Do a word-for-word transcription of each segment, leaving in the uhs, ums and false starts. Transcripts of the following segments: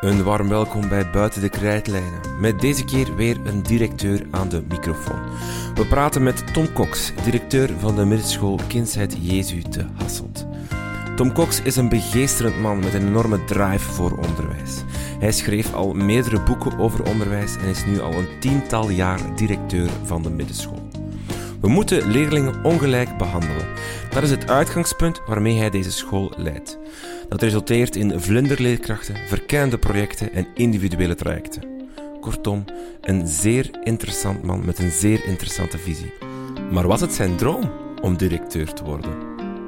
Een warm welkom bij Buiten de Krijtlijnen. Met deze keer weer een directeur aan de microfoon. We praten met Tom Cox, directeur van de middenschool Kindsheid Jezu te Hasselt. Tom Cox is een begeesterend man met een enorme drive voor onderwijs. Hij schreef al meerdere boeken over onderwijs en is nu al een tiental jaar directeur van de middenschool. We moeten leerlingen ongelijk behandelen. Dat is het uitgangspunt waarmee hij deze school leidt. Dat resulteert in vlinderleerkrachten, verkennende projecten en individuele trajecten. Kortom, een zeer interessant man met een zeer interessante visie. Maar was het zijn droom om directeur te worden?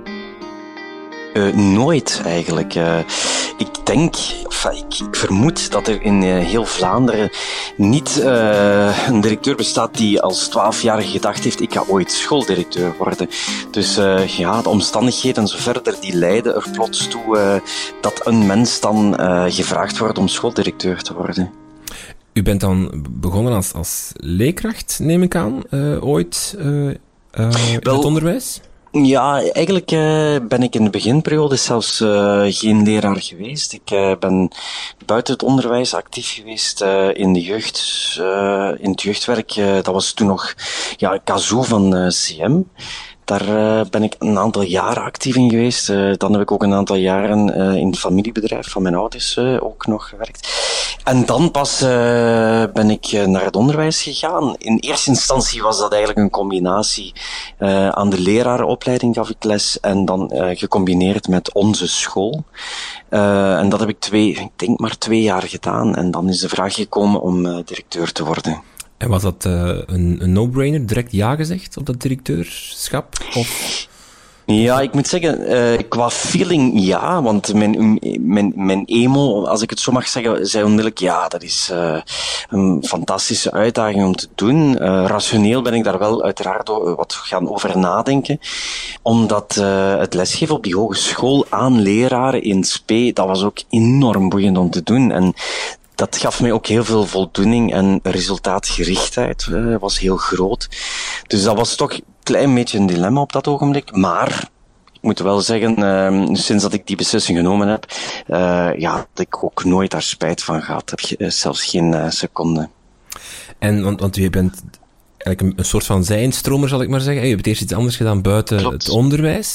Uh, nooit eigenlijk. Uh, ik denk, enfin, ik, ik vermoed dat er in uh, heel Vlaanderen niet uh, een directeur bestaat die als twaalfjarige gedacht heeft, ik ga ooit schooldirecteur worden. Dus uh, ja, de omstandigheden zo verder die leiden er plots toe uh, dat een mens dan uh, gevraagd wordt om schooldirecteur te worden. U bent dan begonnen als, als leerkracht, neem ik aan, uh, ooit uh, uh, in Wel, het onderwijs? Ja, eigenlijk uh, ben ik in de beginperiode zelfs uh, geen leraar geweest. Ik uh, ben buiten het onderwijs actief geweest uh, in de jeugd, uh, in het jeugdwerk. Uh, dat was toen nog ja, Kazoo van uh, C M. Daar uh, ben ik een aantal jaren actief in geweest. Uh, dan heb ik ook een aantal jaren uh, in het familiebedrijf van mijn ouders uh, ook nog gewerkt. En dan pas uh, ben ik uh, naar het onderwijs gegaan. In eerste instantie was dat eigenlijk een combinatie. Uh, aan de lerarenopleiding gaf ik les en dan uh, gecombineerd met onze school. Uh, en dat heb ik twee, ik denk maar twee jaar gedaan. En dan is de vraag gekomen om uh, directeur te worden. En was dat uh, een, een no-brainer, direct ja gezegd op dat directeurschap? Of... Ja, ik moet zeggen, uh, qua feeling ja, want mijn, mijn, mijn emo, als ik het zo mag zeggen, zei onmiddellijk ja, dat is uh, een fantastische uitdaging om te doen. Uh, rationeel ben ik daar wel uiteraard wat gaan over nadenken, omdat uh, het lesgeven op die hogeschool aan leraren in spe, dat was ook enorm boeiend om te doen. En dat gaf mij ook heel veel voldoening en resultaatgerichtheid uh, was heel groot. Dus dat was toch een klein beetje een dilemma op dat ogenblik. Maar ik moet wel zeggen, uh, sinds dat ik die beslissing genomen heb, uh, ja, dat ik ook nooit daar spijt van gehad heb. Uh, zelfs geen uh, seconde. En want, want je bent eigenlijk een, een soort van zijinstromer, zal ik maar zeggen. Je hebt eerst iets anders gedaan buiten Klopt. het onderwijs.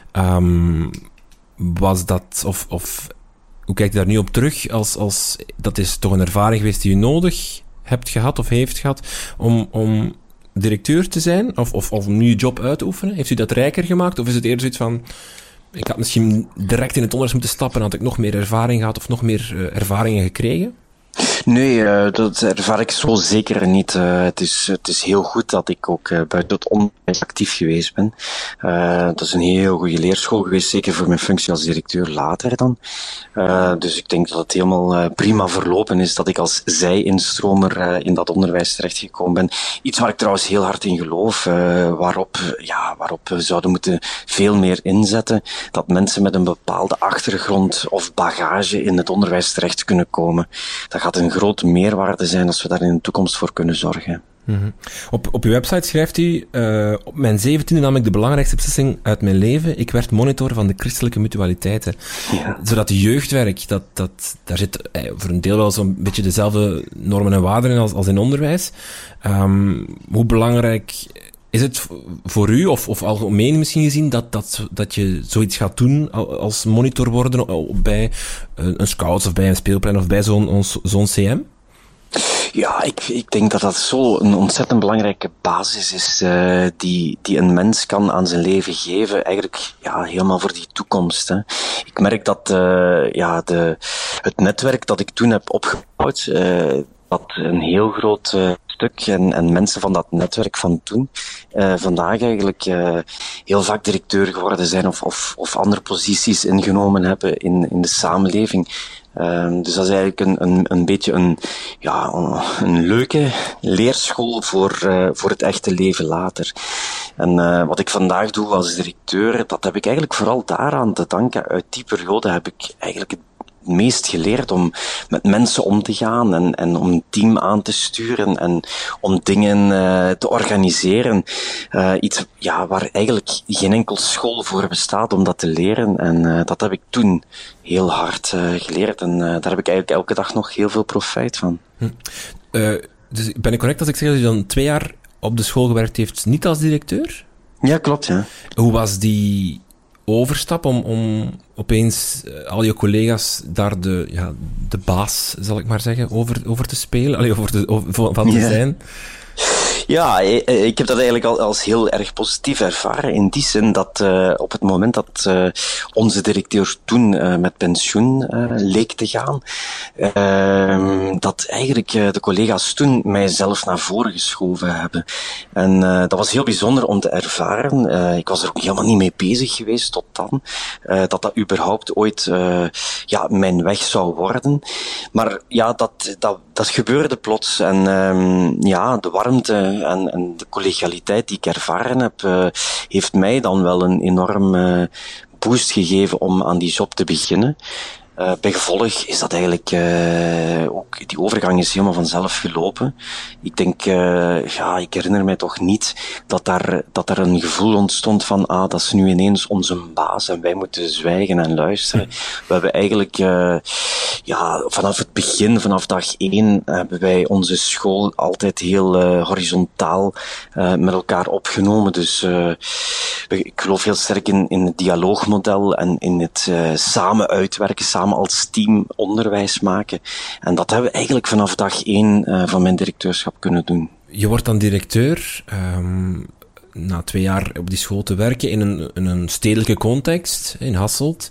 Um, was dat, of... of Hoe kijk je daar nu op terug? Als, als, dat is toch een ervaring geweest die je nodig hebt gehad of heeft gehad om, om directeur te zijn? Of, of, of om nu je job uit te oefenen? Heeft u dat rijker gemaakt? Of is het eerder zoiets van, ik had misschien direct in het onderwijs moeten stappen en had ik nog meer ervaring gehad of nog meer uh, ervaringen gekregen? Nee, uh, dat ervaar ik zo zeker niet. Uh, het, is, het is heel goed dat ik ook uh, buiten het onderwijs actief geweest ben. Uh, dat is een heel goede leerschool geweest, zeker voor mijn functie als directeur later dan. Uh, dus ik denk dat het helemaal uh, prima verlopen is dat ik als zij-instromer uh, in dat onderwijs terechtgekomen ben. Iets waar ik trouwens heel hard in geloof, uh, waarop, ja, waarop we zouden moeten veel meer inzetten. Dat mensen met een bepaalde achtergrond of bagage in het onderwijs terecht kunnen komen. Dat gaat een grote meerwaarde zijn als we daar in de toekomst voor kunnen zorgen. Mm-hmm. Op, op uw website schrijft u, uh, op mijn zeventiende nam ik de belangrijkste beslissing uit mijn leven. Ik werd monitor van de christelijke mutualiteiten. Ja. Zodat de jeugdwerk, dat, dat, daar zit eh, voor een deel wel zo'n beetje dezelfde normen en waarden in als, als in onderwijs. Um, hoe belangrijk is het voor u, of, of algemeen misschien gezien, dat, dat, dat je zoiets gaat doen als monitor worden bij een scouts of bij een speelplein of bij zo'n, zo'n C M? Ja, ik, ik denk dat dat zo een ontzettend belangrijke basis is uh, die, die een mens kan aan zijn leven geven. Eigenlijk ja, helemaal voor die toekomst. Hè. Ik merk dat uh, ja, de, het netwerk dat ik toen heb opgebouwd, uh, dat een heel groot uh, stuk en, en mensen van dat netwerk van toen uh, vandaag eigenlijk uh, heel vaak directeur geworden zijn of, of, of andere posities ingenomen hebben in, in de samenleving. Uh, dus dat is eigenlijk een, een, een beetje een, ja, een leuke leerschool voor, uh, voor het echte leven later. En uh, wat ik vandaag doe als directeur, dat heb ik eigenlijk vooral daaraan te danken. Uit die periode heb ik eigenlijk het meest geleerd om met mensen om te gaan en, en om een team aan te sturen en om dingen uh, te organiseren. Uh, iets ja, waar eigenlijk geen enkel school voor bestaat om dat te leren. En uh, dat heb ik toen heel hard uh, geleerd. En uh, daar heb ik eigenlijk elke dag nog heel veel profijt van. Hm. Uh, dus ben ik correct als ik zeg dat je dan twee jaar op de school gewerkt heeft, niet als directeur? Ja, klopt, ja. Hoe was die overstap om, om opeens uh, al je collega's daar de, ja, de baas, zal ik maar zeggen, over, over te spelen? Allee, over te, over, van te ja. zijn? Ja, ik heb dat eigenlijk al als heel erg positief ervaren. In die zin dat uh, op het moment dat uh, onze directeur toen uh, met pensioen uh, leek te gaan, uh, dat eigenlijk uh, de collega's toen mijzelf naar voren geschoven hebben. En uh, dat was heel bijzonder om te ervaren. Uh, ik was er ook helemaal niet mee bezig geweest tot dan. Uh, dat dat überhaupt ooit uh, ja, mijn weg zou worden. Maar ja, dat, dat, dat gebeurde plots. En uh, ja, de warmte En, en de collegialiteit die ik ervaren heb, uh, heeft mij dan wel een enorme boost gegeven om aan die job te beginnen. Uh, bij gevolg is dat eigenlijk, uh, ook, die overgang is helemaal vanzelf gelopen. Ik denk, uh, ja, ik herinner mij toch niet dat daar, dat daar een gevoel ontstond van, ah, dat is nu ineens onze baas en wij moeten zwijgen en luisteren. We hebben eigenlijk, uh, ja, vanaf het begin, vanaf dag één, hebben wij onze school altijd heel uh, horizontaal uh, met elkaar opgenomen. Dus, uh, ik geloof heel sterk in, in het dialoogmodel en in het uh, samen uitwerken, samen als team onderwijs maken. En dat hebben we eigenlijk vanaf dag één uh, van mijn directeurschap kunnen doen. Je wordt dan directeur, um, na twee jaar op die school te werken in een, in een stedelijke context, in Hasselt.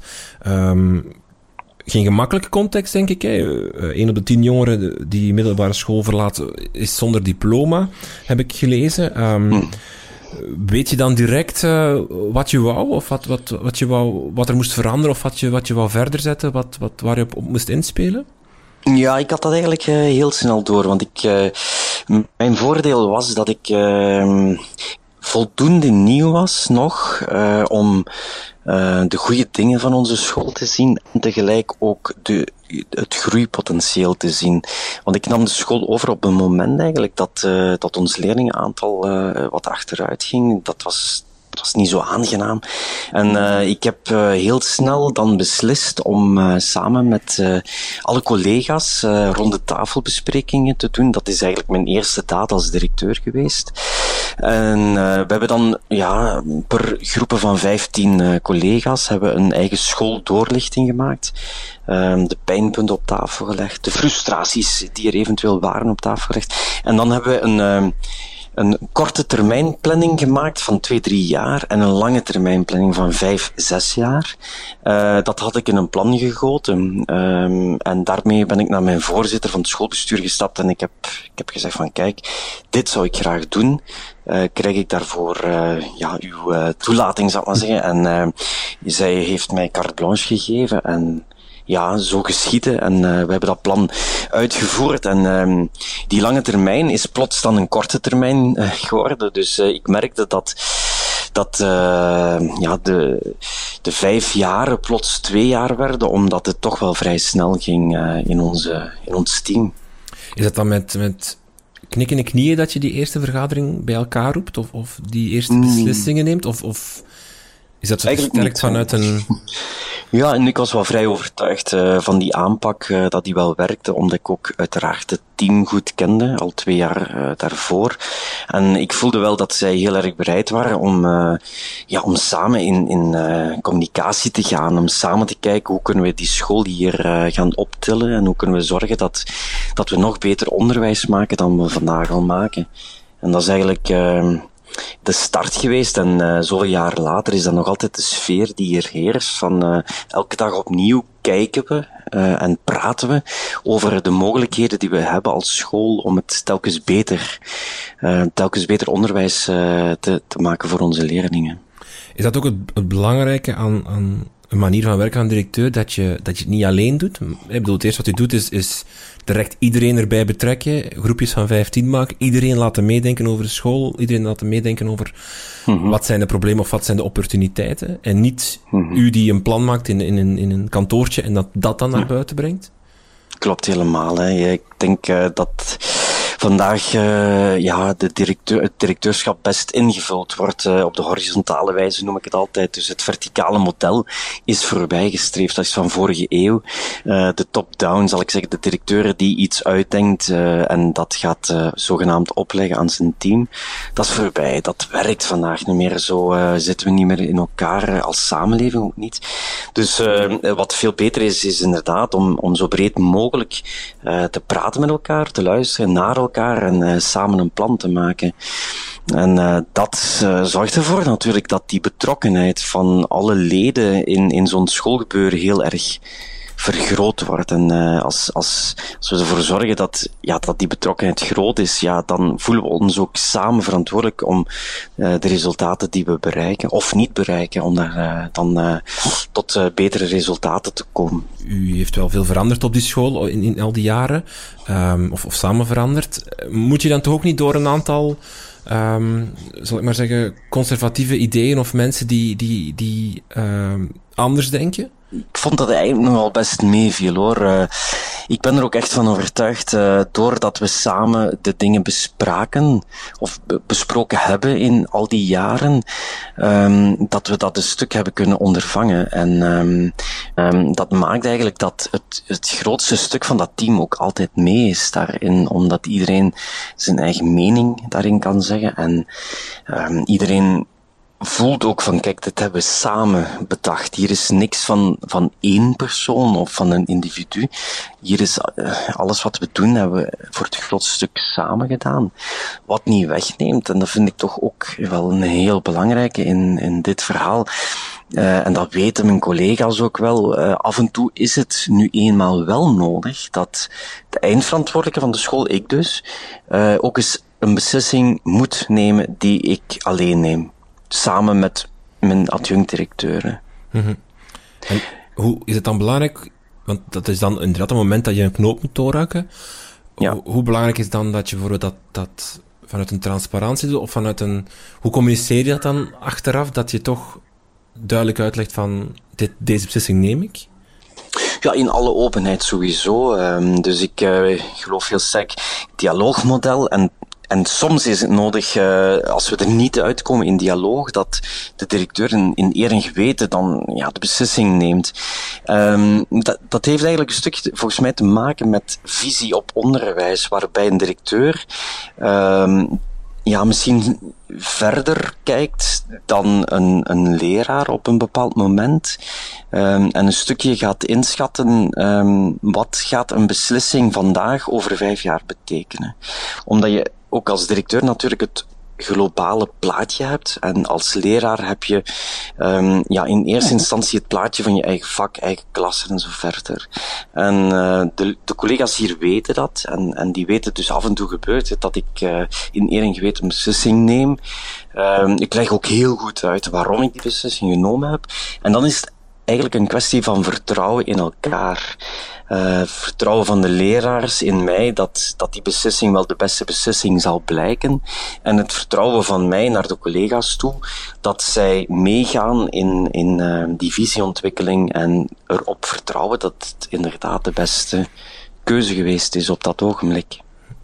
Um, geen gemakkelijke context, denk ik. Een op de tien jongeren die middelbare school verlaten is zonder diploma, heb ik gelezen. Um, hm. Weet je dan direct uh, wat je wou, of wat, wat, wat, je wou, wat er moest veranderen, of wat je, wat je wou verder zetten, wat, wat, waar je op, op moest inspelen? Ja, ik had dat eigenlijk uh, heel snel door, want ik, uh, mijn voordeel was dat ik uh, voldoende nieuw was nog uh, om uh, de goede dingen van onze school te zien en tegelijk ook de het groeipotentieel te zien. Want ik nam de school over op een moment eigenlijk dat, uh, dat ons leerlingenaantal uh, wat achteruit ging. Dat was, dat was niet zo aangenaam. En uh, ik heb uh, heel snel dan beslist om uh, samen met uh, alle collega's uh, rond de tafelbesprekingen te doen. Dat is eigenlijk mijn eerste daad als directeur geweest. En uh, we hebben dan ja, per groepen van vijftien uh, collega's hebben een eigen schooldoorlichting gemaakt. Um, de pijnpunten op tafel gelegd, de frustraties die er eventueel waren op tafel gelegd. En dan hebben we een, um, een korte termijn planning gemaakt van twee, drie jaar en een lange termijn planning van vijf, zes jaar. Uh, dat had ik in een plan gegoten. Um, en daarmee ben ik naar mijn voorzitter van het schoolbestuur gestapt en ik heb, ik heb gezegd van kijk, dit zou ik graag doen. Uh, krijg ik daarvoor uh, ja, uw uh, toelating, zal ik maar zeggen. En uh, zij heeft mij carte blanche gegeven en ja, zo geschieden. En uh, we hebben dat plan uitgevoerd. En um, die lange termijn is plots dan een korte termijn uh, geworden. Dus uh, ik merkte dat, dat uh, ja, de, de vijf jaren plots twee jaar werden, omdat het toch wel vrij snel ging uh, in, onze, in ons team. Is dat dan met, met knikkende knieën dat je die eerste vergadering bij elkaar roept? Of, of die eerste beslissingen neemt? Of, of is dat zo versterkt vanuit een... Ja, en ik was wel vrij overtuigd uh, van die aanpak, uh, dat die wel werkte, omdat ik ook uiteraard het team goed kende, al twee jaar uh, daarvoor. En ik voelde wel dat zij heel erg bereid waren om, uh, ja, om samen in, in uh, communicatie te gaan, om samen te kijken hoe kunnen we die school hier uh, gaan optillen en hoe kunnen we zorgen dat, dat we nog beter onderwijs maken dan we vandaag al maken. En dat is eigenlijk... Uh, de start geweest en uh, zoveel jaar later is dat nog altijd de sfeer die hier heerst van uh, elke dag opnieuw kijken we uh, en praten we over de mogelijkheden die we hebben als school om het telkens beter, uh, telkens beter onderwijs uh, te, te maken voor onze leerlingen. Is dat ook het, het belangrijke aan, aan een manier van werken van een directeur dat je, dat je het niet alleen doet. Ik bedoel, het eerste wat je doet is, is direct iedereen erbij betrekken, groepjes van vijftien maken, iedereen laten meedenken over de school, iedereen laten meedenken over mm-hmm. wat zijn de problemen of wat zijn de opportuniteiten. En niet mm-hmm. u die een plan maakt in, in, in, in een kantoortje en dat dat dan naar buiten brengt. Klopt helemaal. Hè. Ik denk uh, dat vandaag uh, ja, de directeur, het directeurschap best ingevuld wordt uh, op de horizontale wijze, noem ik het altijd. Dus het verticale model is voorbijgestreefd. Dat is van vorige eeuw. Uh, de top-down, zal ik zeggen, de directeur die iets uitdenkt uh, en dat gaat uh, zogenaamd opleggen aan zijn team. Dat is voorbij. Dat werkt vandaag niet meer. Zo uh, zitten we niet meer in elkaar uh, als samenleving ook niet. Dus uh, wat veel beter is, is inderdaad om, om zo breed mogelijk uh, te praten met elkaar, te luisteren naar elkaar en uh, samen een plan te maken. En uh, dat uh, zorgt ervoor natuurlijk dat die betrokkenheid van alle leden in, in zo'n schoolgebeuren heel erg vergroot wordt. En uh, als, als, als we ervoor zorgen dat, ja, dat die betrokkenheid groot is, ja, dan voelen we ons ook samen verantwoordelijk om uh, de resultaten die we bereiken, of niet bereiken, om daar uh, dan uh, tot uh, betere resultaten te komen. U heeft wel veel veranderd op die school in, in al die jaren, um, of, of samen veranderd. Moet je dan toch ook niet door een aantal, um, zal ik maar zeggen, conservatieve ideeën of mensen die, die, die um, anders denken? Ik vond dat eigenlijk nog wel best meeviel, hoor. Uh, ik ben er ook echt van overtuigd, uh, doordat we samen de dingen bespraken, of be- besproken hebben in al die jaren, um, dat we dat een stuk hebben kunnen ondervangen. En um, um, dat maakt eigenlijk dat het, het grootste stuk van dat team ook altijd mee is daarin, omdat iedereen zijn eigen mening daarin kan zeggen. En um, iedereen voelt ook van, kijk, dit hebben we samen bedacht. Hier is niks van, van één persoon of van een individu. Hier is uh, alles wat we doen, hebben we voor het grootste stuk samen gedaan. Wat niet wegneemt, en dat vind ik toch ook wel een heel belangrijke in, in dit verhaal. Uh, en dat weten mijn collega's ook wel. Uh, af en toe is het nu eenmaal wel nodig dat de eindverantwoordelijke van de school, ik dus, uh, ook eens een beslissing moet nemen die ik alleen neem. Samen met mijn adjunct-directeuren. Mm-hmm. En hoe is het dan belangrijk, want dat is dan inderdaad een moment dat je een knoop moet doorhakken. Ja. Hoe, hoe belangrijk is dan dat je bijvoorbeeld dat, dat vanuit een transparantie doet, of vanuit een, hoe communiceer je dat dan achteraf, dat je toch duidelijk uitlegt van, dit, deze beslissing neem ik? Ja, in alle openheid sowieso. Um, dus ik uh, geloof heel sterk dialoogmodel en En soms is het nodig, uh, als we er niet uitkomen in dialoog, dat de directeur in, in eer en geweten dan ja, de beslissing neemt. Um, dat, dat heeft eigenlijk een stukje volgens mij te maken met visie op onderwijs, waarbij een directeur um, ja, misschien verder kijkt dan een, een leraar op een bepaald moment. Um, en een stukje gaat inschatten, um, wat gaat een beslissing vandaag over vijf jaar betekenen. Omdat je ook als directeur natuurlijk het globale plaatje hebt. En als leraar heb je um, ja, in eerste instantie het plaatje van je eigen vak, eigen klasse en zo verder. En uh, de, de collega's hier weten dat. En, en die weten dus af en toe gebeurt het dat ik uh, in eer en geweten een beslissing neem. Um, ik leg ook heel goed uit waarom ik die beslissing genomen heb. En dan is het eigenlijk een kwestie van vertrouwen in elkaar. Uh, vertrouwen van de leraars in mij, dat, dat die beslissing wel de beste beslissing zal blijken. En het vertrouwen van mij naar de collega's toe, dat zij meegaan in, in uh, die visieontwikkeling en erop vertrouwen dat het inderdaad de beste keuze geweest is op dat ogenblik.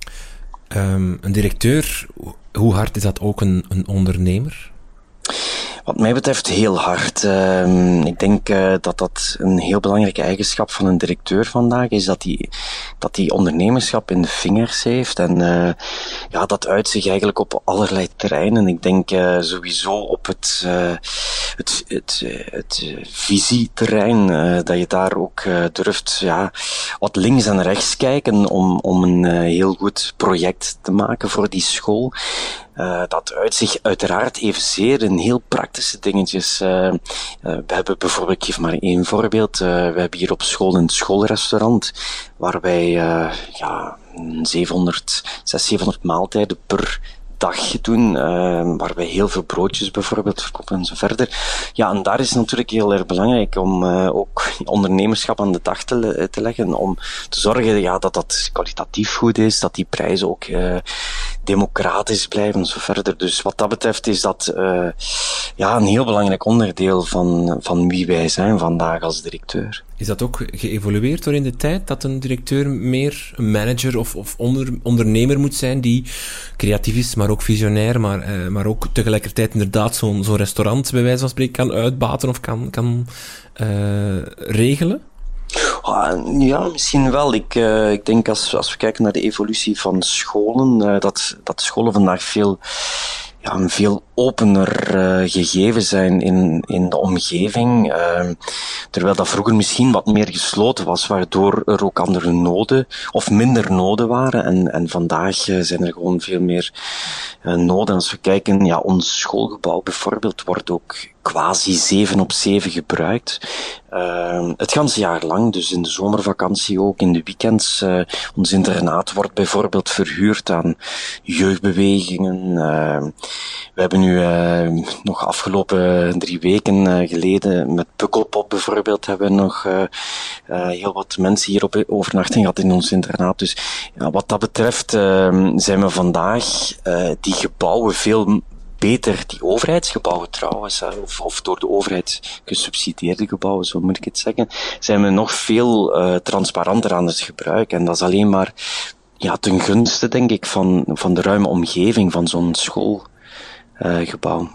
Um, een directeur, hoe hard is dat ook een, een ondernemer? Wat mij betreft heel hard. Uh, ik denk uh, dat dat een heel belangrijke eigenschap van een directeur vandaag is, dat hij dat die ondernemerschap in de vingers heeft. En uh, ja, dat uit zich eigenlijk op allerlei terreinen. Ik denk uh, sowieso op het, uh, het, het, het, het visieterrein, uh, dat je daar ook uh, durft ja, wat links en rechts kijken om, om een uh, heel goed project te maken voor die school. Uh, dat uit zich uiteraard evenzeer in heel praktische dingetjes. Uh, uh, we hebben bijvoorbeeld, ik geef maar één voorbeeld, uh, we hebben hier op school een schoolrestaurant, waar wij uh, ja, zevenhonderd, zeshonderd, zevenhonderd maaltijden per dag doen, uh, waar wij heel veel broodjes bijvoorbeeld verkopen en zo verder. Ja, en daar is het natuurlijk heel erg belangrijk om uh, ook ondernemerschap aan de dag te, te leggen, om te zorgen ja, dat dat kwalitatief goed is, dat die prijzen ook uh, democratisch blijven en zo verder. Dus wat dat betreft is dat uh, ja, een heel belangrijk onderdeel van, van wie wij zijn vandaag als directeur. Is dat ook geëvolueerd door in de tijd, dat een directeur meer een manager of, of onder, ondernemer moet zijn die creatief is, maar ook visionair, maar, uh, maar ook tegelijkertijd inderdaad zo'n, zo'n restaurant bij wijze van spreken kan uitbaten of kan, kan uh, regelen? Ja, misschien wel. Ik, uh, ik denk als, als we kijken naar de evolutie van scholen, uh, dat, dat scholen vandaag veel, ja, een veel opener uh, gegeven zijn in, in de omgeving. Uh, terwijl dat vroeger misschien wat meer gesloten was, waardoor er ook andere noden of minder noden waren. En, en vandaag uh, zijn er gewoon veel meer uh, noden. Als we kijken, ja, ons schoolgebouw bijvoorbeeld wordt ook quasi zeven op zeven gebruikt. Uh, het ganse jaar lang, dus in de zomervakantie ook, in de weekends. Uh, ons internaat wordt bijvoorbeeld verhuurd aan jeugdbewegingen. Uh, we hebben nu uh, nog afgelopen drie weken uh, geleden met Pukkelpop bijvoorbeeld hebben we nog uh, uh, heel wat mensen hier op overnachting gehad in ons internaat. Dus ja, wat dat betreft uh, zijn we vandaag uh, die gebouwen veel beter, die overheidsgebouwen trouwens, of, of door de overheid gesubsidieerde gebouwen, zo moet ik het zeggen, zijn we nog veel uh, transparanter aan het gebruiken. En dat is alleen maar ja, ten gunste, denk ik, van, van de ruime omgeving van zo'n schoolgebouw.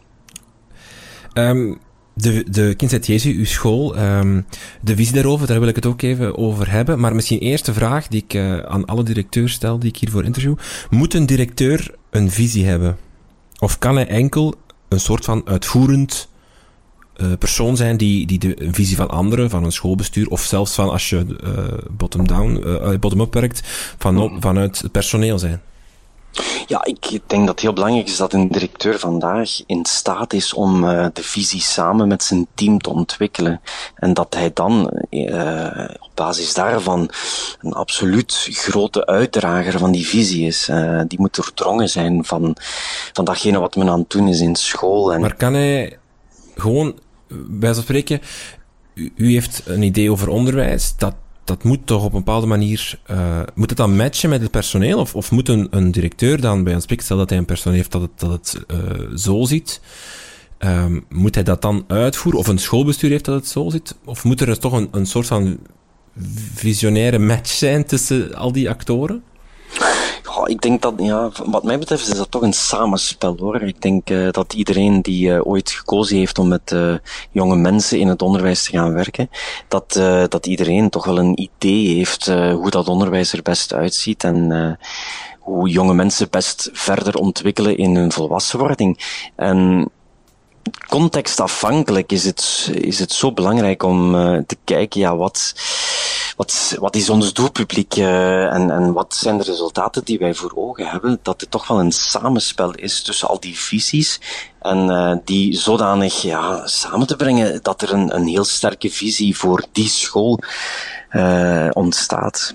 Uh, um, de, de Kindsheid Jezu, uw school, um, de visie daarover, daar wil ik het ook even over hebben. Maar misschien eerst de vraag die ik uh, aan alle directeurs stel, die ik hiervoor interview. Moet een directeur een visie hebben? Of kan hij enkel een soort van uitvoerend uh, persoon zijn die, die de een visie van anderen, van een schoolbestuur, of zelfs van, als je uh, bottom-down, uh, bottom-up werkt, van, vanuit het personeel zijn? Ja, ik denk dat het heel belangrijk is dat een directeur vandaag in staat is om uh, de visie samen met zijn team te ontwikkelen. En dat hij dan uh, op basis daarvan een absoluut grote uitdrager van die visie is. Uh, die moet doordrongen zijn van, van datgene wat men aan het doen is in school. En... Maar kan hij gewoon, bij zo'n spreken, u, u heeft een idee over onderwijs, dat dat moet toch op een bepaalde manier, uh, moet het dan matchen met het personeel? Of, of moet een, een directeur dan bij een spreek, stel dat hij een personeel heeft dat het, dat het uh, zo ziet, um, moet hij dat dan uitvoeren? Of een schoolbestuur heeft dat het zo ziet? Of moet er toch een, een soort van visionaire match zijn tussen al die actoren? Oh, ik denk dat, ja, wat mij betreft is dat toch een samenspel, hoor. Ik denk uh, dat iedereen die uh, ooit gekozen heeft om met uh, jonge mensen in het onderwijs te gaan werken, dat, uh, dat iedereen toch wel een idee heeft uh, hoe dat onderwijs er best uitziet en uh, hoe jonge mensen best verder ontwikkelen in hun volwassenwording. En contextafhankelijk is het, is het zo belangrijk om uh, te kijken, ja, wat... Wat, wat is ons doelpubliek uh, en, en wat zijn de resultaten die wij voor ogen hebben? Dat het toch wel een samenspel is tussen al die visies en uh, die zodanig ja, samen te brengen dat er een, een heel sterke visie voor die school uh, ontstaat.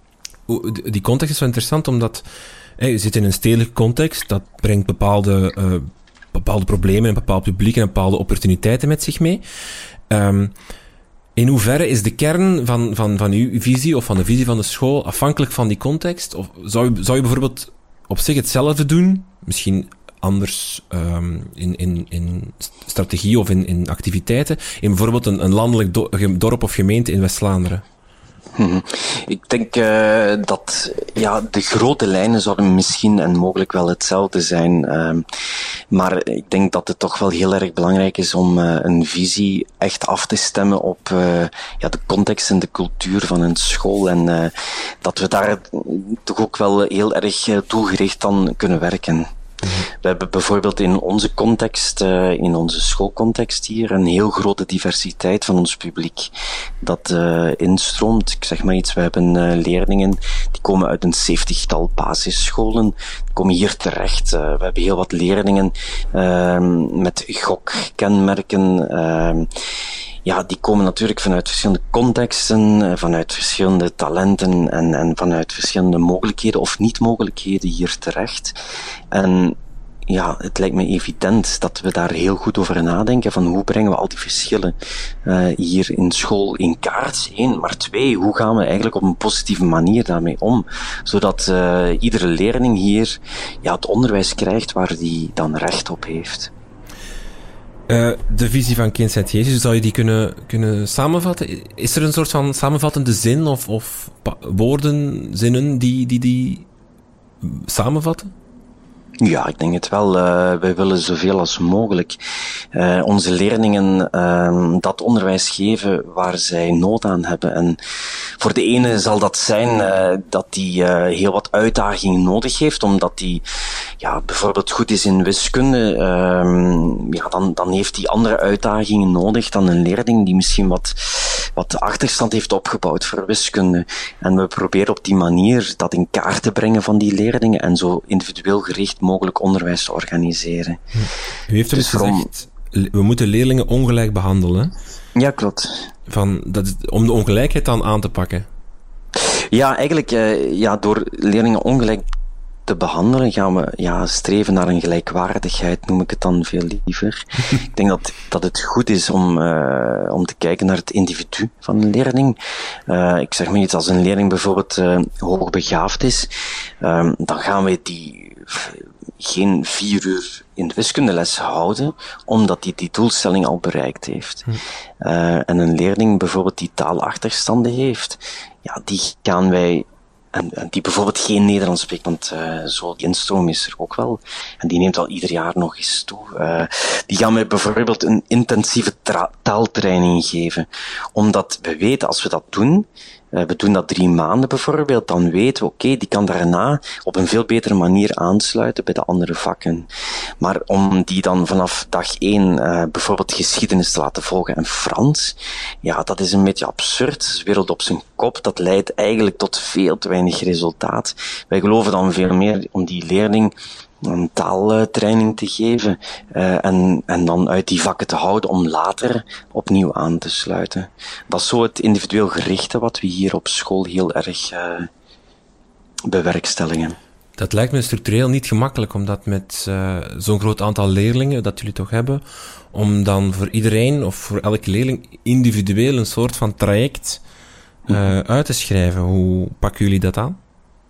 Die context is wel interessant, omdat hey, je zit in een stedelijke context, dat brengt bepaalde, uh, bepaalde problemen, een bepaald publiek en bepaalde opportuniteiten met zich mee. Um, In hoeverre is de kern van, van, van uw visie of van de visie van de school afhankelijk van die context? Of zou je, zou je bijvoorbeeld op zich hetzelfde doen? Misschien anders um, in, in, in strategie of in, in activiteiten? In bijvoorbeeld een, een landelijk do, dorp of gemeente in West-Vlaanderen? Hmm. Ik denk uh, dat ja, de grote lijnen zouden misschien en mogelijk wel hetzelfde zijn. Uh, maar ik denk dat het toch wel heel erg belangrijk is om uh, een visie echt af te stemmen op uh, ja, de context en de cultuur van een school. En uh, dat we daar toch ook wel heel erg uh, doelgericht aan kunnen werken. We hebben bijvoorbeeld in onze context, uh, in onze schoolcontext hier, een heel grote diversiteit van ons publiek dat uh, instroomt. Ik zeg maar iets, we hebben uh, leerlingen die komen uit een zeventigtal basisscholen, die komen hier terecht. Uh, we hebben heel wat leerlingen uh, met gokkenmerken. Uh, Ja, die komen natuurlijk vanuit verschillende contexten, vanuit verschillende talenten en, en vanuit verschillende mogelijkheden of niet-mogelijkheden hier terecht. En ja, het lijkt me evident dat we daar heel goed over nadenken van hoe brengen we al die verschillen uh, hier in school in kaart, één, maar twee, hoe gaan we eigenlijk op een positieve manier daarmee om, zodat uh, iedere leerling hier ja, het onderwijs krijgt waar die dan recht op heeft. Uh, de visie van Kindsheid Jezus, zou je die kunnen, kunnen samenvatten? Is er een soort van samenvattende zin of, of pa- woorden, zinnen die, die die samenvatten? Ja, ik denk het wel. Uh, wij willen zoveel als mogelijk uh, onze leerlingen uh, dat onderwijs geven waar zij nood aan hebben. En voor de ene zal dat zijn uh, dat die uh, heel wat uitdagingen nodig heeft, omdat die ja, bijvoorbeeld goed is in wiskunde. Uh, ja, dan, dan heeft die andere uitdagingen nodig dan een leerling die misschien wat, wat achterstand heeft opgebouwd voor wiskunde. En we proberen op die manier dat in kaart te brengen van die leerlingen en zo individueel gericht mogelijk onderwijs te organiseren. U heeft dus gezegd, we moeten leerlingen ongelijk behandelen. Ja, klopt. Van, dat is, om de ongelijkheid dan aan te pakken. Ja, eigenlijk, uh, ja, door leerlingen ongelijk te behandelen gaan we ja, streven naar een gelijkwaardigheid, noem ik het dan veel liever. Ik denk dat, dat het goed is om, uh, om te kijken naar het individu van een leerling. Uh, ik zeg maar iets, als een leerling bijvoorbeeld uh, hoogbegaafd is, uh, dan gaan we die geen vier uur in de wiskundeles houden, omdat hij die doelstelling al bereikt heeft. Hm. Uh, en een leerling bijvoorbeeld die taalachterstanden heeft, ja, die gaan wij En, en die bijvoorbeeld geen Nederlands spreekt, want uh, zo die instroom is er ook wel. En die neemt al ieder jaar nog eens toe. Uh, die gaan we bijvoorbeeld een intensieve tra- taaltraining geven. Omdat we weten, als we dat doen, uh, we doen dat drie maanden bijvoorbeeld, dan weten we, oké, okay, die kan daarna op een veel betere manier aansluiten bij de andere vakken. Maar om die dan vanaf dag één uh, bijvoorbeeld geschiedenis te laten volgen en Frans, ja, dat is een beetje absurd. Dat is wereld op zijn kop. Dat leidt eigenlijk tot veel te weinig resultaat. Wij geloven dan veel meer om die leerling een taaltraining te geven uh, en, en dan uit die vakken te houden om later opnieuw aan te sluiten. Dat is zo het individueel gerichte wat we hier op school heel erg uh, bewerkstelligen. Dat lijkt me structureel niet gemakkelijk, omdat met uh, zo'n groot aantal leerlingen dat jullie toch hebben, om dan voor iedereen of voor elke leerling individueel een soort van traject uh, uit te schrijven. Hoe pakken jullie dat aan?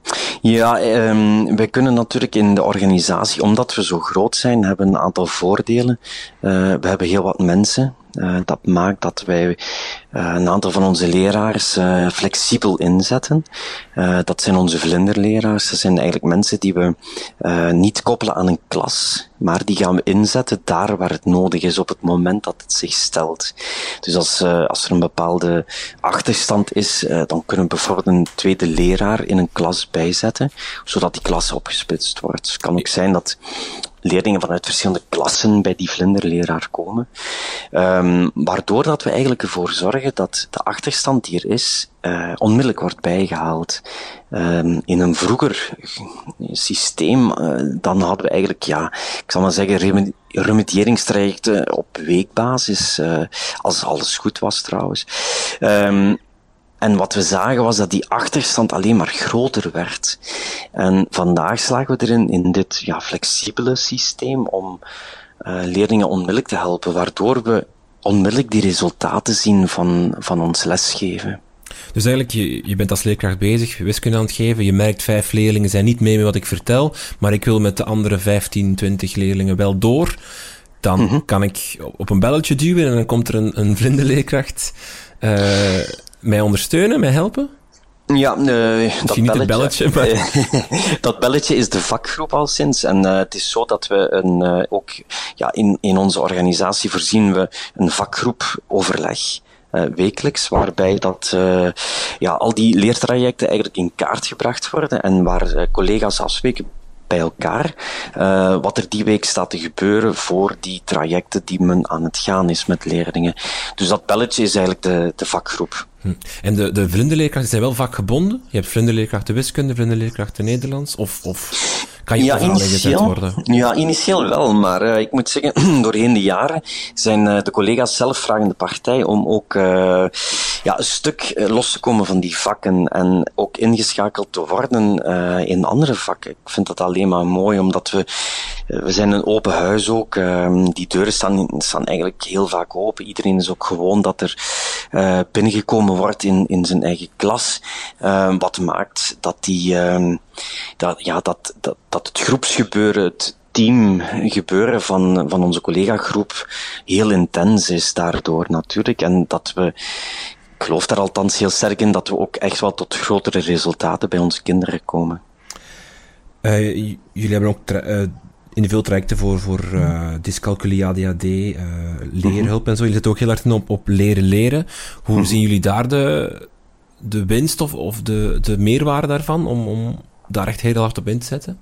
Ja, um, wij kunnen natuurlijk in de organisatie, omdat we zo groot zijn, hebben een aantal voordelen. Uh, we hebben heel wat mensen. Uh, dat maakt dat wij uh, een aantal van onze leraars uh, flexibel inzetten. Uh, dat zijn onze vlinderleraars. Dat zijn eigenlijk mensen die we uh, niet koppelen aan een klas, maar die gaan we inzetten daar waar het nodig is, op het moment dat het zich stelt. Dus als, uh, als er een bepaalde achterstand is, uh, dan kunnen we bijvoorbeeld een tweede leraar in een klas bijzetten, zodat die klas opgesplitst wordt. Het kan ook zijn dat leerlingen vanuit verschillende klassen bij die vlinderleraar komen. Um, waardoor dat we eigenlijk ervoor zorgen dat de achterstand die er is, uh, onmiddellijk wordt bijgehaald. Um, in een vroeger systeem, uh, dan hadden we eigenlijk, ja, ik zal maar zeggen, remedi- remedieringstrajecten op weekbasis, uh, als alles goed was trouwens. Um, En wat we zagen was dat die achterstand alleen maar groter werd. En vandaag slagen we erin, in dit ja, flexibele systeem, om uh, leerlingen onmiddellijk te helpen, waardoor we onmiddellijk die resultaten zien van, van ons lesgeven. Dus eigenlijk, je, je bent als leerkracht bezig, wiskunde aan het geven, je merkt vijf leerlingen zijn niet mee met wat ik vertel, maar ik wil met de andere vijftien, twintig leerlingen wel door. Dan mm-hmm. kan ik op een belletje duwen en dan komt er een, een vlinderleerkracht uh, mij ondersteunen, mij helpen? Ja, uh, dat niet belletje, belletje maar... dat belletje is de vakgroep al sinds. En uh, het is zo dat we een, uh, ook ja, in, in onze organisatie voorzien we een vakgroepoverleg. Uh, wekelijks, waarbij dat, uh, ja, al die leertrajecten eigenlijk in kaart gebracht worden en waar uh, collega's afspreken bij elkaar, uh, wat er die week staat te gebeuren voor die trajecten die men aan het gaan is met leerlingen. Dus dat belletje is eigenlijk de, de vakgroep. Hm. En de, de vlinderleerkrachten zijn wel vakgebonden? Je hebt vlinderleerkrachten wiskunde, vlinderleerkrachten Nederlands, of, of kan je ja, overal ingezet worden? Ja, initieel wel, maar uh, ik moet zeggen, doorheen de jaren zijn uh, de collega's zelf vragende partij om ook uh, ja, een stuk uh, los te komen van die vakken en ook ingeschakeld te worden uh, in andere vakken. Ik vind dat alleen maar mooi, omdat we, uh, we zijn een open huis ook. Uh, die deuren staan, staan eigenlijk heel vaak open. Iedereen is ook gewoon dat er uh, binnengekomen wordt in, in zijn eigen klas. Uh, wat maakt dat die, uh, dat, ja, dat, dat, dat het groepsgebeuren, het teamgebeuren van, van onze collega-groep heel intens is daardoor natuurlijk. En dat we, ik geloof daar althans heel sterk in, dat we ook echt wel tot grotere resultaten bij onze kinderen komen. Uh, j- jullie hebben ook tra- uh, individueel trajecten voor, voor uh, dyscalculie, A D H D, uh, leerhulp mm-hmm. en zo. Jullie zitten ook heel hard in op, op leren leren. Hoe mm-hmm. zien jullie daar de, de winst of, of de, de meerwaarde daarvan, om, om daar echt heel hard op in te zetten?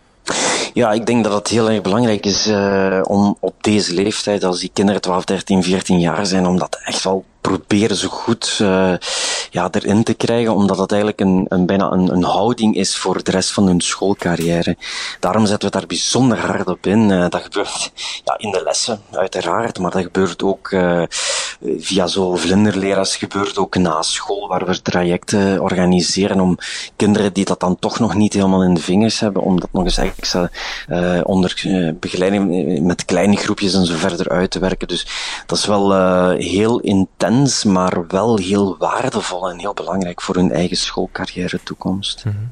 Ja, ik denk dat het heel erg belangrijk is uh, om op deze leeftijd, als die kinderen twaalf, dertien, veertien jaar zijn, om dat echt wel proberen zo goed uh, ja, erin te krijgen, omdat het eigenlijk een, een, bijna een, een houding is voor de rest van hun schoolcarrière. Daarom zetten we daar bijzonder hard op in. Uh, dat gebeurt ja, in de lessen, uiteraard, maar dat gebeurt ook uh, via zo vlinderleraars, gebeurt ook na school, waar we trajecten organiseren om kinderen die dat dan toch nog niet helemaal in de vingers hebben, om dat nog eens extra uh, onder uh, begeleiding met kleine groepjes en zo verder uit te werken. Dus dat is wel uh, heel intens, maar wel heel waardevol en heel belangrijk voor hun eigen schoolcarrière toekomst. Mm-hmm.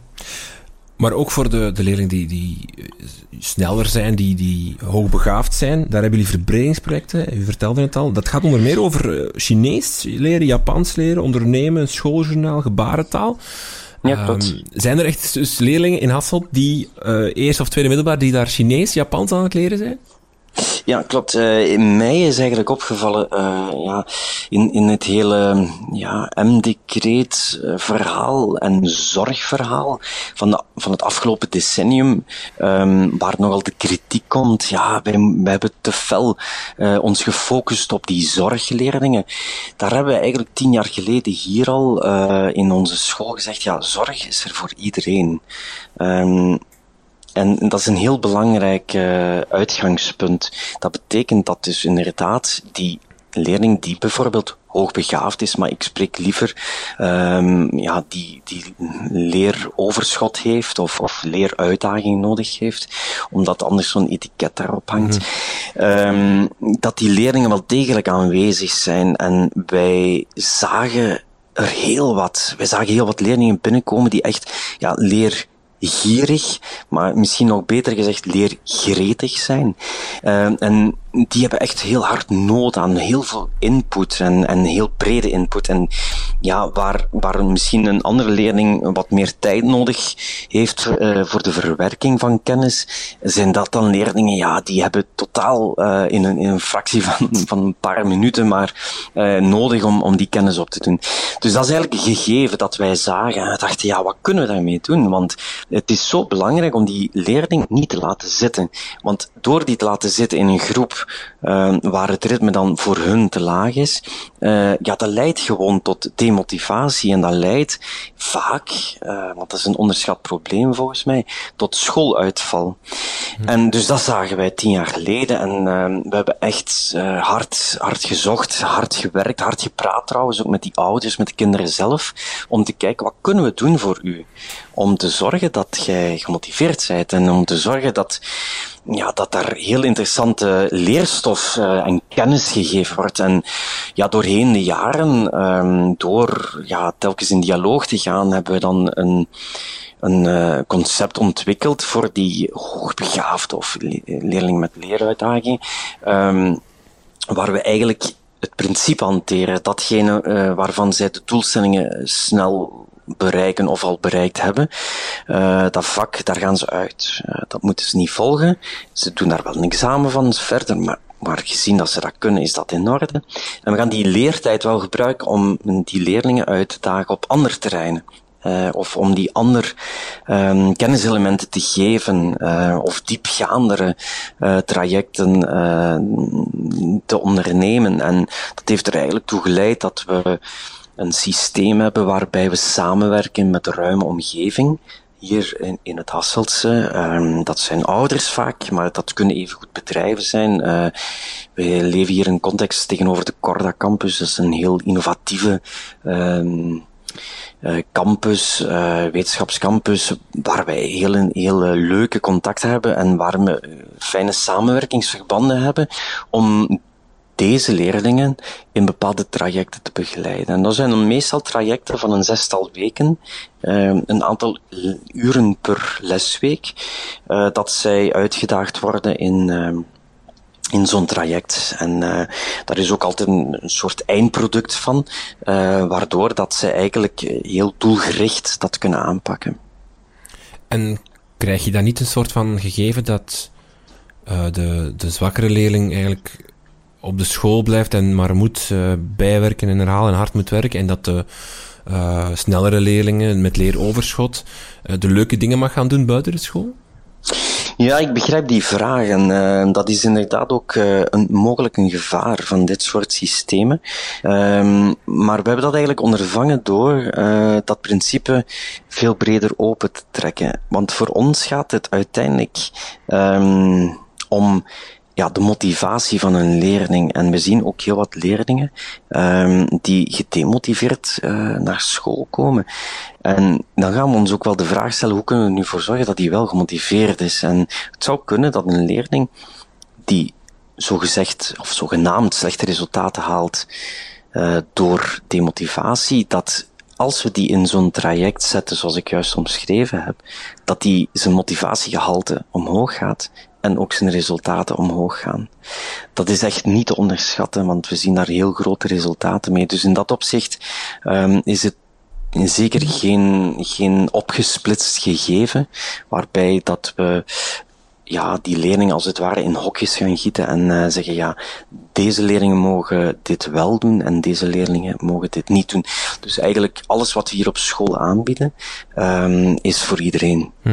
Maar ook voor de, de leerlingen die, die sneller zijn, die, die hoogbegaafd zijn, daar hebben jullie verbredingsprojecten, u vertelde het al. Dat gaat onder meer over Chinees leren, Japans leren, ondernemen, schooljournaal, gebarentaal. Ja, klopt. Um, zijn er echt dus leerlingen in Hasselt die uh, eerste of tweede middelbaar die daar Chinees, Japans aan het leren zijn? Ja, klopt. Uh, in mij is eigenlijk opgevallen, uh, ja, in, in het hele, ja, M-decreet uh, verhaal en zorgverhaal van, de, van het afgelopen decennium, um, waar nogal de kritiek komt, ja, wij, wij hebben te fel uh, ons gefocust op die zorgleerlingen. Daar hebben we eigenlijk tien jaar geleden hier al uh, in onze school gezegd, ja, zorg is er voor iedereen. Um, En dat is een heel belangrijk uh, uitgangspunt. Dat betekent dat dus inderdaad die leerling die bijvoorbeeld hoogbegaafd is, maar ik spreek liever um, ja, die, die leeroverschot heeft of, of leeruitdaging nodig heeft, omdat anders zo'n etiket daarop hangt. Mm-hmm. Um, dat die leerlingen wel degelijk aanwezig zijn en wij zagen er heel wat, wij zagen heel wat leerlingen binnenkomen die echt ja, leer gierig, maar misschien nog beter gezegd leergretig zijn. Uh, en die hebben echt heel hard nood aan heel veel input en, en heel brede input. En ja, waar, waar misschien een andere leerling wat meer tijd nodig heeft uh, voor de verwerking van kennis, zijn dat dan leerlingen, ja, die hebben totaal uh, in, een, in een fractie van, van een paar minuten maar uh, nodig om, om die kennis op te doen. Dus dat is eigenlijk een gegeven dat wij zagen en we dachten, ja, wat kunnen we daarmee doen? Want het is zo belangrijk om die leerling niet te laten zitten. Want door die te laten zitten in een groep Uh, waar het ritme dan voor hun te laag is, uh, ja, dat leidt gewoon tot demotivatie en dat leidt vaak, uh, want dat is een onderschat probleem volgens mij, tot schooluitval. Hm. En dus dat zagen wij tien jaar geleden en uh, we hebben echt uh, hard, hard gezocht, hard gewerkt, hard gepraat trouwens, ook met die ouders, met de kinderen zelf, om te kijken, wat kunnen we doen voor u? Om te zorgen dat jij gemotiveerd bent en om te zorgen dat ja, dat daar heel interessante leerstof uh, en kennis gegeven wordt. En ja, doorheen de jaren, um, door ja, telkens in dialoog te gaan, hebben we dan een, een uh, concept ontwikkeld voor die hoogbegaafde of le- leerling met leeruitdaging, um, waar we eigenlijk het principe hanteren, datgene uh, waarvan zij de doelstellingen snel bereiken of al bereikt hebben. Uh, dat vak, daar gaan ze uit. Uh, dat moeten ze niet volgen. Ze doen daar wel een examen van verder, maar, maar gezien dat ze dat kunnen, is dat in orde. En we gaan die leertijd wel gebruiken om die leerlingen uit te dagen op andere terreinen. Uh, of om die ander um, kenniselementen te geven, uh, of diepgaandere uh, trajecten uh, te ondernemen. En dat heeft er eigenlijk toe geleid dat we een systeem hebben waarbij we samenwerken met de ruime omgeving. Hier in, in het Hasseltse, um, dat zijn ouders vaak, maar dat kunnen evengoed bedrijven zijn. Uh, we wij leven hier in context tegenover de Corda Campus. Dat is een heel innovatieve um, uh, campus, uh, wetenschapscampus, waar wij heel, heel uh, leuke contacten hebben en waar we uh, fijne samenwerkingsverbanden hebben om deze leerlingen in bepaalde trajecten te begeleiden. En dat zijn dan meestal trajecten van een zestal weken, uh, een aantal uren per lesweek, uh, dat zij uitgedaagd worden in, uh, in zo'n traject. En uh, daar is ook altijd een, een soort eindproduct van, uh, waardoor dat zij eigenlijk heel doelgericht dat kunnen aanpakken. En krijg je dan niet een soort van gegeven dat uh, de, de zwakkere leerling eigenlijk op de school blijft en maar moet uh, bijwerken en herhalen en hard moet werken en dat de uh, snellere leerlingen met leeroverschot uh, de leuke dingen mag gaan doen buiten de school? Ja, ik begrijp die vraag en uh, dat is inderdaad ook uh, een, mogelijk een gevaar van dit soort systemen. Um, maar we hebben dat eigenlijk ondervangen door uh, dat principe veel breder open te trekken. Want voor ons gaat het uiteindelijk um, om ja, de motivatie van een leerling. En we zien ook heel wat leerlingen um, die gedemotiveerd uh, naar school komen. En dan gaan we ons ook wel de vraag stellen, hoe kunnen we er nu voor zorgen dat die wel gemotiveerd is? En het zou kunnen dat een leerling die zogezegd of zogenaamd slechte resultaten haalt uh, door demotivatie, dat als we die in zo'n traject zetten, zoals ik juist omschreven heb, dat die zijn motivatiegehalte omhoog gaat en ook zijn resultaten omhoog gaan. Dat is echt niet te onderschatten, want we zien daar heel grote resultaten mee. Dus in dat opzicht um, is het zeker geen, geen opgesplitst gegeven, waarbij dat we ja, die leerlingen als het ware in hokjes gaan gieten en uh, zeggen, ja, deze leerlingen mogen dit wel doen en deze leerlingen mogen dit niet doen. Dus eigenlijk alles wat we hier op school aanbieden, um, is voor iedereen. Hm.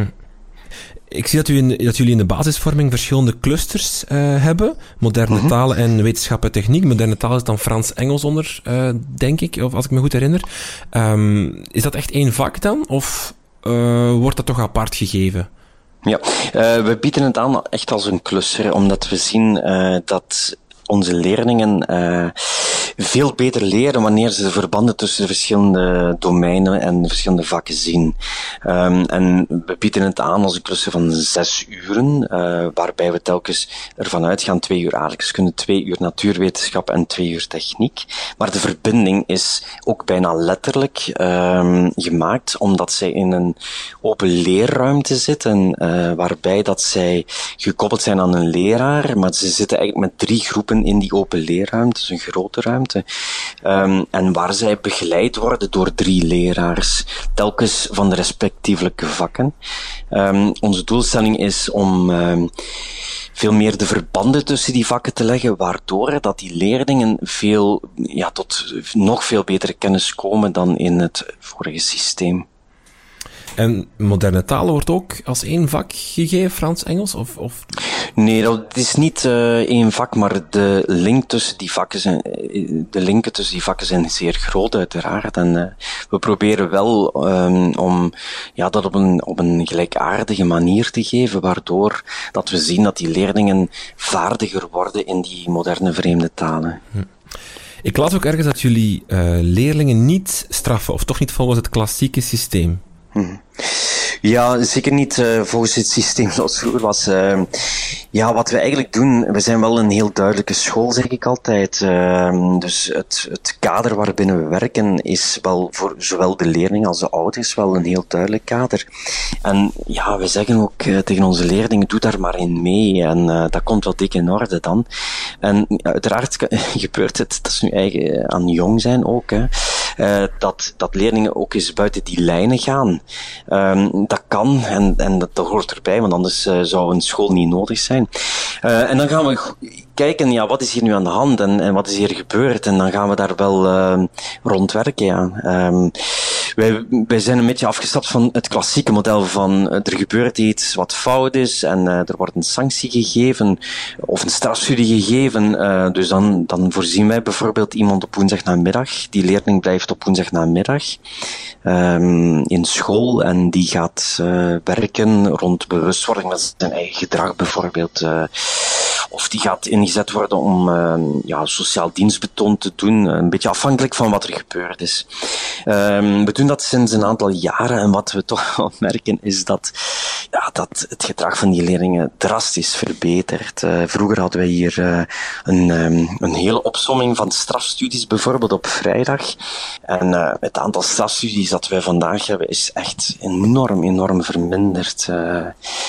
Ik zie dat, u in, dat jullie in de basisvorming verschillende clusters uh, hebben. Moderne mm-hmm. talen en wetenschap en techniek. Moderne taal is dan Frans-Engels onder, uh, denk ik, of als ik me goed herinner. Um, is dat echt één vak dan? Of uh, wordt dat toch apart gegeven? Ja, uh, we bieden het aan echt als een cluster, omdat we zien uh, dat onze leerlingen uh, veel beter leren wanneer ze de verbanden tussen de verschillende domeinen en de verschillende vakken zien. Um, en we bieden het aan als een cluster van zes uren, uh, waarbij we telkens ervan uitgaan twee uur aardrijkskunde, twee uur natuurwetenschap en twee uur techniek. Maar de verbinding is ook bijna letterlijk um, gemaakt, omdat zij in een open leerruimte zitten, uh, waarbij dat zij gekoppeld zijn aan een leraar, maar ze zitten eigenlijk met drie groepen in die open leerruimte, dus een grote ruimte, um, en waar zij begeleid worden door drie leraars, telkens van de respectievelijke vakken. Um, onze doelstelling is om um, veel meer de verbanden tussen die vakken te leggen, waardoor dat die leerlingen veel, ja, tot nog veel betere kennis komen dan in het vorige systeem. En moderne talen wordt ook als één vak gegeven, Frans-Engels? Of, of? Nee, dat is niet uh, één vak, maar de link tussen die vakken zijn, de linken tussen die vakken zijn zeer groot, uiteraard. En uh, we proberen wel um, om ja, dat op een, op een gelijkaardige manier te geven, waardoor dat we zien dat die leerlingen vaardiger worden in die moderne vreemde talen. Hm. Ik las ook ergens dat jullie uh, leerlingen niet straffen, of toch niet volgens het klassieke systeem. Hmm. Ja, zeker niet uh, volgens het systeem zoals vroeger was. Uh, ja, wat we eigenlijk doen, we zijn wel een heel duidelijke school, zeg ik altijd. Uh, dus het, het kader waarbinnen we werken is wel voor zowel de leerlingen als de ouders wel een heel duidelijk kader. En ja, we zeggen ook uh, tegen onze leerlingen, doe daar maar in mee. En uh, dat komt wel dik in orde dan. En uiteraard gebeurt het, dat is nu eigen aan jong zijn ook, hè. Uh, dat, dat leerlingen ook eens buiten die lijnen gaan. Um, dat kan en, en dat, dat hoort erbij, want anders uh, zou een school niet nodig zijn. Uh, en dan gaan we kijken, ja, wat is hier nu aan de hand en, en wat is hier gebeurd? En dan gaan we daar wel uh, rondwerken, ja. Um, wij, wij zijn een beetje afgestapt van het klassieke model van uh, er gebeurt iets wat fout is en uh, er wordt een sanctie gegeven of een strafstudie gegeven. Uh, dus dan, dan voorzien wij bijvoorbeeld iemand op woensdagnamiddag. Die leerling blijft op woensdagnamiddag um, in school en die gaat uh, werken rond bewustwording met zijn eigen gedrag bijvoorbeeld. Uh, of die gaat ingezet worden om uh, ja, sociaal dienstbetoon te doen, een beetje afhankelijk van wat er gebeurd is. Um, we doen dat sinds een aantal jaren en wat we toch wel merken is dat, ja, dat het gedrag van die leerlingen drastisch verbetert. Uh, vroeger hadden wij hier uh, een, um, een hele opsomming van strafstudies, bijvoorbeeld op vrijdag. En uh, het aantal strafstudies dat wij vandaag hebben is echt enorm, enorm verminderd. Uh,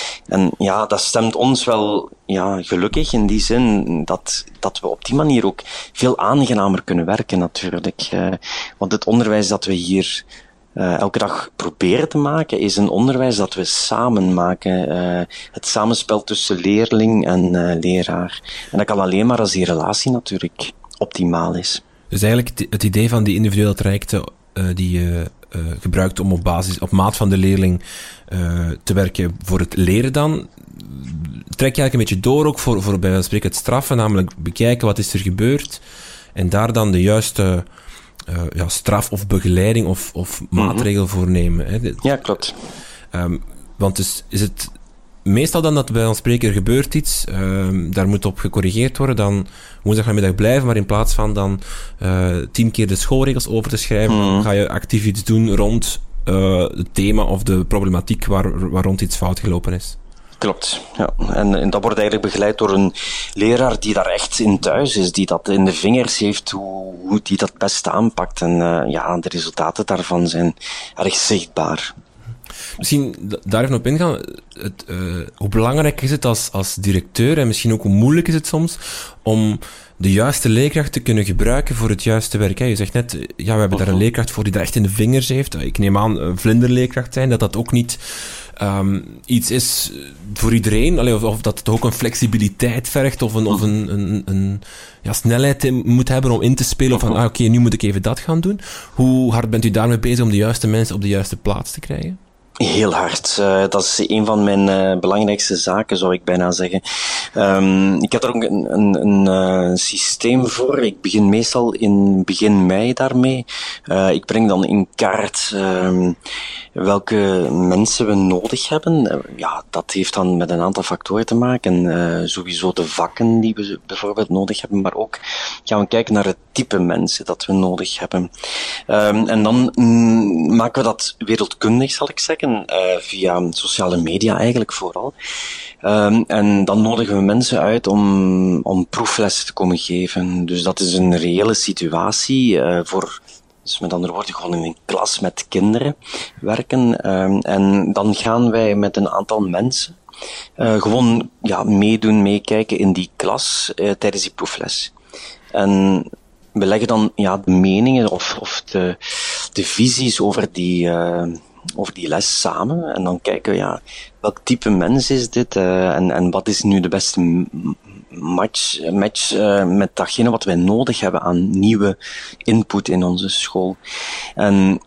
en ja, dat stemt ons wel ja, gelukkig in die zin dat, dat we op die manier ook veel aangenamer kunnen werken natuurlijk. Uh, want het onderwijs dat we hier uh, elke dag proberen te maken is een onderwijs dat we samen maken. Uh, het samenspel tussen leerling en uh, leraar. En dat kan alleen maar als die relatie natuurlijk optimaal is. Dus eigenlijk het idee van die individuele trajecten uh, die je uh, gebruikt om op basis, op maat van de leerling uh, te werken voor het leren dan, trek je eigenlijk een beetje door ook voor, voor bij wijze van spreken het straffen, namelijk bekijken wat is er gebeurd en daar dan de juiste uh, ja, straf of begeleiding of, of maatregel mm-hmm. voor nemen. Hè. Ja, klopt. Um, want dus is het meestal dan dat bij ons spreken er gebeurt iets, uh, daar moet op gecorrigeerd worden, dan woensdagnamiddag blijven, maar in plaats van dan uh, tien keer de schoolregels over te schrijven, mm. ga je actief iets doen rond uh, het thema of de problematiek waar, waar rond iets fout gelopen is. Klopt, ja. En, en dat wordt eigenlijk begeleid door een leraar die daar echt in thuis is, die dat in de vingers heeft, hoe, hoe die dat best aanpakt. En uh, ja, de resultaten daarvan zijn erg zichtbaar. Misschien daar even op ingaan. Het, uh, hoe belangrijk is het als, als directeur en misschien ook hoe moeilijk is het soms om de juiste leerkracht te kunnen gebruiken voor het juiste werk? Hè? Je zegt net, ja, we hebben daar een leerkracht voor die daar echt in de vingers heeft. Ik neem aan, een vlinderleerkracht zijn, dat dat ook niet um, iets is voor iedereen. Allee, of, of dat het ook een flexibiliteit vergt of een, of een, een, een ja, snelheid moet hebben om in te spelen van, ah, oké, okay, nu moet ik even dat gaan doen. Hoe hard bent u daarmee bezig om de juiste mensen op de juiste plaats te krijgen? Heel hard. Uh, dat is een van mijn uh, belangrijkste zaken, zou ik bijna zeggen. Um, ik heb er ook een, een, een uh, systeem voor. Ik begin meestal in begin mei daarmee. Uh, ik breng dan in kaart um, welke mensen we nodig hebben. Uh, ja, dat heeft dan met een aantal factoren te maken. Uh, sowieso de vakken die we bijvoorbeeld nodig hebben, maar ook gaan we kijken naar het type mensen dat we nodig hebben. Um, en dan mm, maken we dat wereldkundig, zal ik zeggen. Uh, via sociale media eigenlijk vooral. Um, en dan nodigen we mensen uit om, om proeflessen te komen geven. Dus dat is een reële situatie uh, voor, dus met andere woorden, gewoon in een klas met kinderen werken. Um, en dan gaan wij met een aantal mensen uh, gewoon ja, meedoen, meekijken in die klas uh, tijdens die proefles. En we leggen dan ja, de meningen of, of de, de visies over die uh, over die les samen en dan kijken we, ja, welk type mens is dit uh, en, en wat is nu de beste match, match uh, met datgene wat wij nodig hebben aan nieuwe input in onze school. En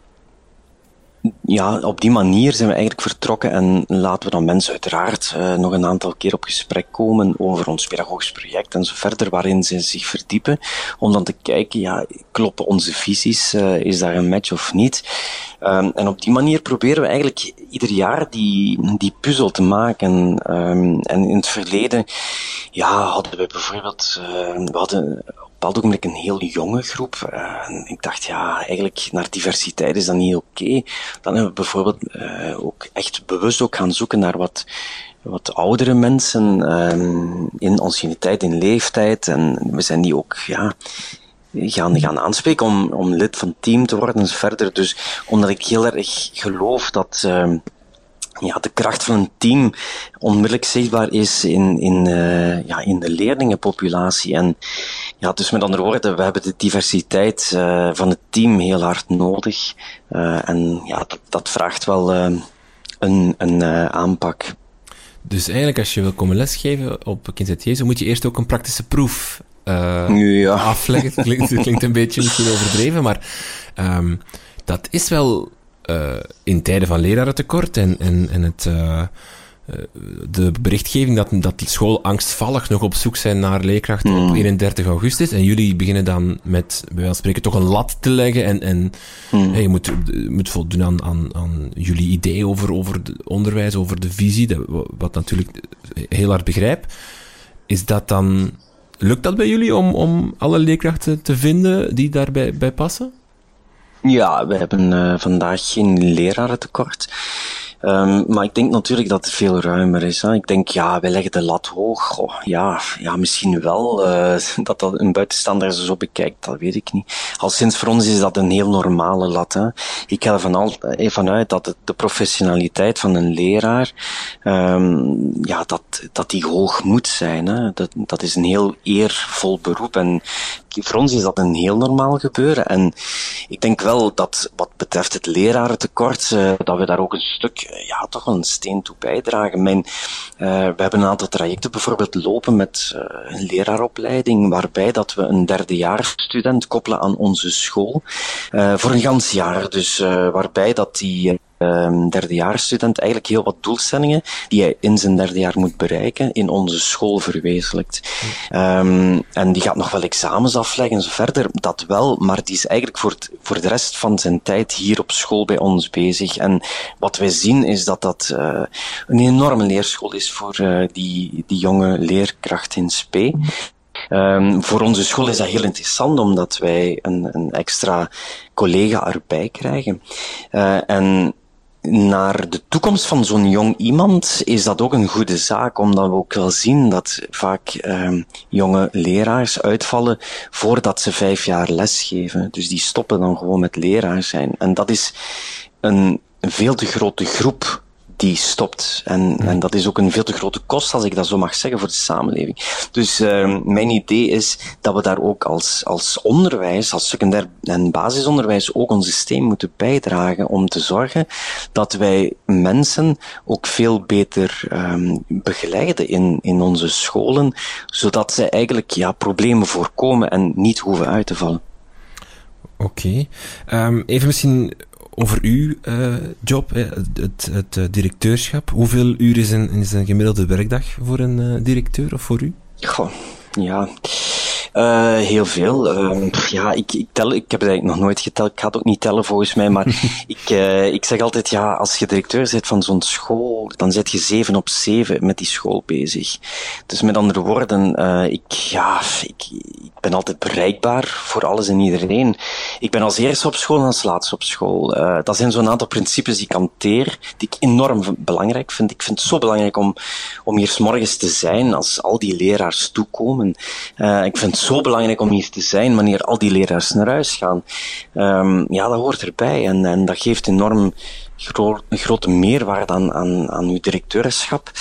ja, op die manier zijn we eigenlijk vertrokken en laten we dan mensen uiteraard uh, nog een aantal keer op gesprek komen over ons pedagogisch project en zo verder, waarin ze zich verdiepen, om dan te kijken, ja, kloppen onze visies, uh, is daar een match of niet? Um, en op die manier proberen we eigenlijk ieder jaar die, die puzzel te maken. Um, en in het verleden, ja, hadden we bijvoorbeeld, uh, we hadden op een bepaald ogenblik een heel jonge groep. Uh, ik dacht, ja, eigenlijk naar diversiteit is dat niet oké. Okay. Dan hebben we bijvoorbeeld uh, ook echt bewust ook gaan zoeken naar wat wat oudere mensen um, in anciëniteit, in leeftijd. En we zijn die ook, ja, gaan, gaan aanspreken om, om lid van het team te worden en zo verder. Dus omdat ik heel erg geloof dat uh, ja, de kracht van een team onmiddellijk zichtbaar is in, in, uh, ja, in de leerlingenpopulatie. En ja, dus met andere woorden, we hebben de diversiteit uh, van het team heel hard nodig. Uh, en ja, dat, dat vraagt wel uh, een, een uh, aanpak. Dus eigenlijk, als je wil komen lesgeven op Kind Jezus, moet je eerst ook een praktische proef uh, ja. afleggen. Het klinkt, het klinkt een beetje misschien overdreven, maar um, dat is wel uh, in tijden van lerarentekort en, en, en het, uh, de berichtgeving dat, dat de school angstvallig nog op zoek zijn naar leerkrachten mm. op eenendertig augustus. En jullie beginnen dan met, bij wijze van spreken, toch een lat te leggen. En, en mm. hey, je moet, moet voldoen aan, aan, aan jullie idee over, over het onderwijs, over de visie, dat, wat natuurlijk heel hard begrijp. is dat dan... Lukt dat bij jullie om, om alle leerkrachten te vinden die daarbij bij passen? Ja, we hebben uh, vandaag geen lerarentekort. Um, maar ik denk natuurlijk dat het veel ruimer is. Hè. Ik denk, ja, wij leggen de lat hoog. Goh, ja, ja, misschien wel. Uh, dat dat een buitenstaander zo bekijkt, dat weet ik niet. Al sinds voor ons is dat een heel normale lat. Hè. Ik ga ervan al, vanuit dat het, de professionaliteit van een leraar, um, ja, dat, dat die hoog moet zijn. Hè. Dat, dat is een heel eervol beroep. En voor ons is dat een heel normaal gebeuren. En ik denk wel dat wat betreft het lerarentekort, uh, dat we daar ook een stuk, uh, ja, toch een steen toe bijdragen. Mijn, uh, we hebben een aantal trajecten bijvoorbeeld lopen met uh, een leraaropleiding, waarbij dat we een derdejaarsstudent koppelen aan onze school, uh, voor een gans jaar. Dus uh, waarbij dat die... Uh, Um, derdejaarsstudent eigenlijk heel wat doelstellingen die hij in zijn derde jaar moet bereiken in onze school verwezenlijkt. Um, en die gaat nog wel examens afleggen en zo verder, dat wel, maar die is eigenlijk voor, t, voor de rest van zijn tijd hier op school bij ons bezig. En wat wij zien is dat dat uh, een enorme leerschool is voor uh, die, die jonge leerkracht in spe. Um, voor onze school is dat heel interessant, omdat wij een, een extra collega erbij krijgen. Uh, en naar de toekomst van zo'n jong iemand is dat ook een goede zaak, omdat we ook wel zien dat vaak um, jonge leraars uitvallen voordat ze vijf jaar lesgeven. Dus die stoppen dan gewoon met leraar zijn. En dat is een veel te grote groep die stopt. En, en dat is ook een veel te grote kost, als ik dat zo mag zeggen, voor de samenleving. Dus uh, mijn idee is dat we daar ook als, als onderwijs, als secundair en basisonderwijs, ook onze steen moeten bijdragen om te zorgen dat wij mensen ook veel beter um, begeleiden in, in onze scholen, zodat zij eigenlijk ja, problemen voorkomen en niet hoeven uit te vallen. Oké. Okay. Um, even misschien... Over uw uh, job, het, het, het uh, directeurschap. Hoeveel uur is een, is een gemiddelde werkdag voor een uh, directeur of voor u? Goh, ja, uh, heel veel. Uh, ja, ik, ik, tel, ik heb het eigenlijk nog nooit geteld. Ik ga het ook niet tellen volgens mij, maar ik, uh, ik zeg altijd, ja, als je directeur bent van zo'n school, dan zit je zeven op zeven met die school bezig. Dus met andere woorden, uh, ik, ja, ik, ik ben altijd bereikbaar voor alles en iedereen. Ik ben als eerste op school en als laatste op school. Uh, dat zijn zo'n aantal principes die ik hanteer, die ik enorm belangrijk vind. Ik vind het zo belangrijk om, om hier 's morgens te zijn als al die leraars toekomen. Uh, ik vind het zo belangrijk om hier te zijn wanneer al die leraars naar huis gaan. Um, ja, dat hoort erbij en, en dat geeft enorm gro- een grote meerwaarde aan, aan, aan uw directeurschap.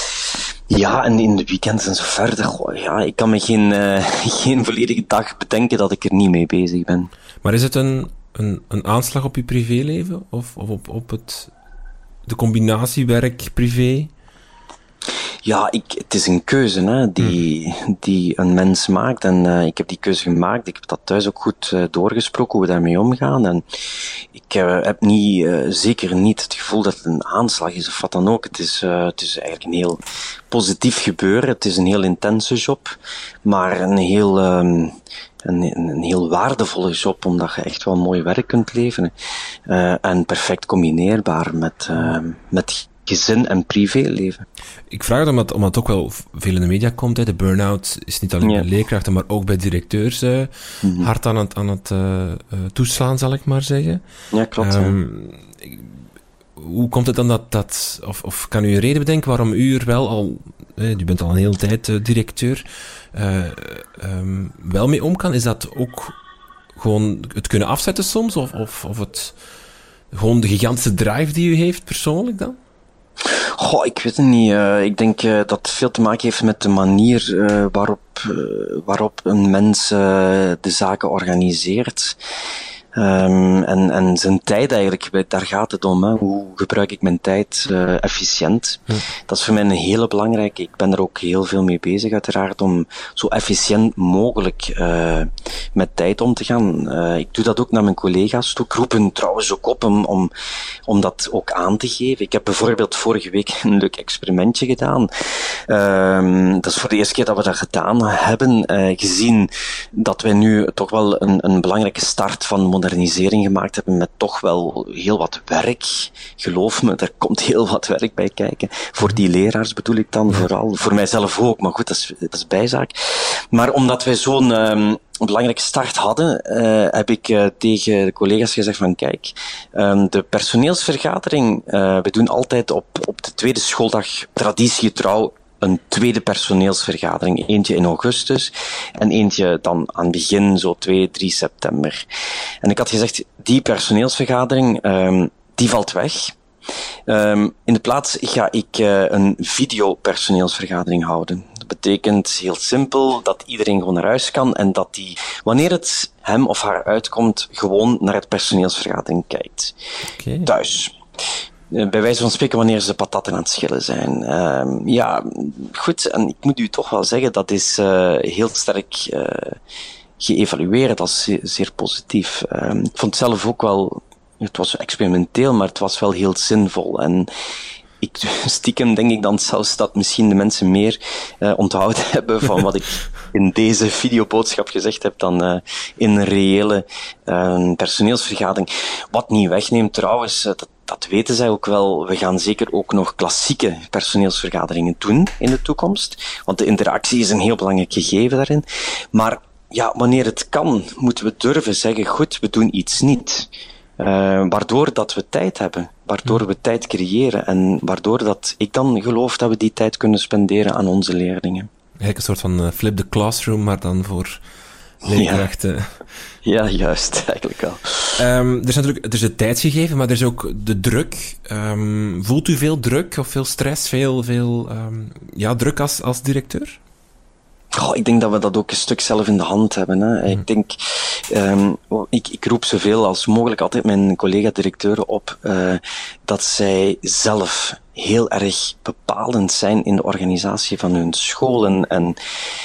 Ja, en in de weekends en zo verder. Goh, ja, ik kan me geen, uh, geen volledige dag bedenken dat ik er niet mee bezig ben. Maar is het een, een, een aanslag op je privéleven? Of, of op, op het, de combinatie werk-privé? Ja, ik, het is een keuze hè, die, die een mens maakt. En uh, ik heb die keuze gemaakt. Ik heb dat thuis ook goed uh, doorgesproken, hoe we daarmee omgaan. En ik uh, heb niet, uh, zeker niet het gevoel dat het een aanslag is of wat dan ook. Het is, uh, het is eigenlijk een heel positief gebeuren. Het is een heel intense job, maar een heel... Um, Een, een heel waardevolle job, omdat je echt wel mooi werk kunt leveren. Uh, en perfect combineerbaar met, uh, met gezin en privéleven. Ik vraag het omdat, omdat het ook wel veel in de media komt. Hè. De burn-out is niet alleen ja. bij leerkrachten, maar ook bij directeurs uh, mm-hmm. hard aan het, aan het uh, uh, toeslaan, zal ik maar zeggen. Ja, klopt. Um, ja. Hoe komt het dan dat, dat of, of kan u een reden bedenken waarom u er wel al, eh, u bent al een hele tijd uh, directeur, uh, um, wel mee om kan? Is dat ook gewoon het kunnen afzetten soms? Of, of, of het gewoon de gigantische drive die u heeft persoonlijk dan? Goh, ik weet het niet. Uh, ik denk uh, dat het veel te maken heeft met de manier uh, waarop, uh, waarop een mens uh, de zaken organiseert. Um, en, en zijn tijd eigenlijk, daar gaat het om. Hè. Hoe gebruik ik mijn tijd uh, efficiënt? Hm. Dat is voor mij een hele belangrijke. Ik ben er ook heel veel mee bezig uiteraard om zo efficiënt mogelijk uh, met tijd om te gaan. Uh, ik doe dat ook naar mijn collega's toe. Ik roep hen trouwens ook op om, om, om dat ook aan te geven. Ik heb bijvoorbeeld vorige week een leuk experimentje gedaan. Um, dat is voor de eerste keer dat we dat gedaan hebben. Uh, gezien dat wij nu toch wel een, een belangrijke start van modernisering gemaakt hebben met toch wel heel wat werk. Geloof me, er komt heel wat werk bij kijken. Voor die leraars bedoel ik dan vooral. Voor mijzelf ook, maar goed, dat is, dat is bijzaak. Maar omdat wij zo'n um, belangrijke start hadden, uh, heb ik uh, tegen de collega's gezegd van kijk, um, de personeelsvergadering, uh, we doen altijd op, op de tweede schooldag traditiegetrouw een tweede personeelsvergadering. Eentje in augustus en eentje dan aan het begin, zo twee, drie september. En ik had gezegd, die personeelsvergadering, um, die valt weg. Um, in de plaats ga ik uh, een videopersoneelsvergadering houden. Dat betekent heel simpel dat iedereen gewoon naar huis kan en dat die, wanneer het hem of haar uitkomt, gewoon naar het personeelsvergadering kijkt. Okay. Thuis. Bij wijze van spreken wanneer ze patatten aan het schillen zijn. Uh, ja, goed, en ik moet u toch wel zeggen, dat is uh, heel sterk uh, geëvalueerd als zeer, zeer positief. Uh, ik vond het zelf ook wel, het was experimenteel, maar het was wel heel zinvol. En ik, stiekem denk ik dan zelfs dat misschien de mensen meer uh, onthouden hebben van wat ik in deze videoboodschap gezegd heb dan uh, in een reële uh, personeelsvergadering. Wat niet wegneemt trouwens, uh, dat Dat weten zij ook wel. We gaan zeker ook nog klassieke personeelsvergaderingen doen in de toekomst. Want de interactie is een heel belangrijk gegeven daarin. Maar ja, wanneer het kan, moeten we durven zeggen, goed, we doen iets niet. Uh, waardoor dat we tijd hebben. Waardoor we tijd creëren. En waardoor dat ik dan geloof dat we die tijd kunnen spenderen aan onze leerlingen. Eigenlijk een soort van uh, flip the classroom, maar dan voor leerkrachten. Ja. Ja, juist, eigenlijk wel. Um, er is natuurlijk er is het tijdsgegeven, maar er is ook de druk. Um, voelt u veel druk of veel stress, veel, veel um, ja, druk als, als directeur? Oh, ik denk dat we dat ook een stuk zelf in de hand hebben. Hè. Hmm. Ik denk, um, ik, ik roep zoveel als mogelijk altijd mijn collega-directeuren op uh, dat zij zelf heel erg bepalend zijn in de organisatie van hun scholen en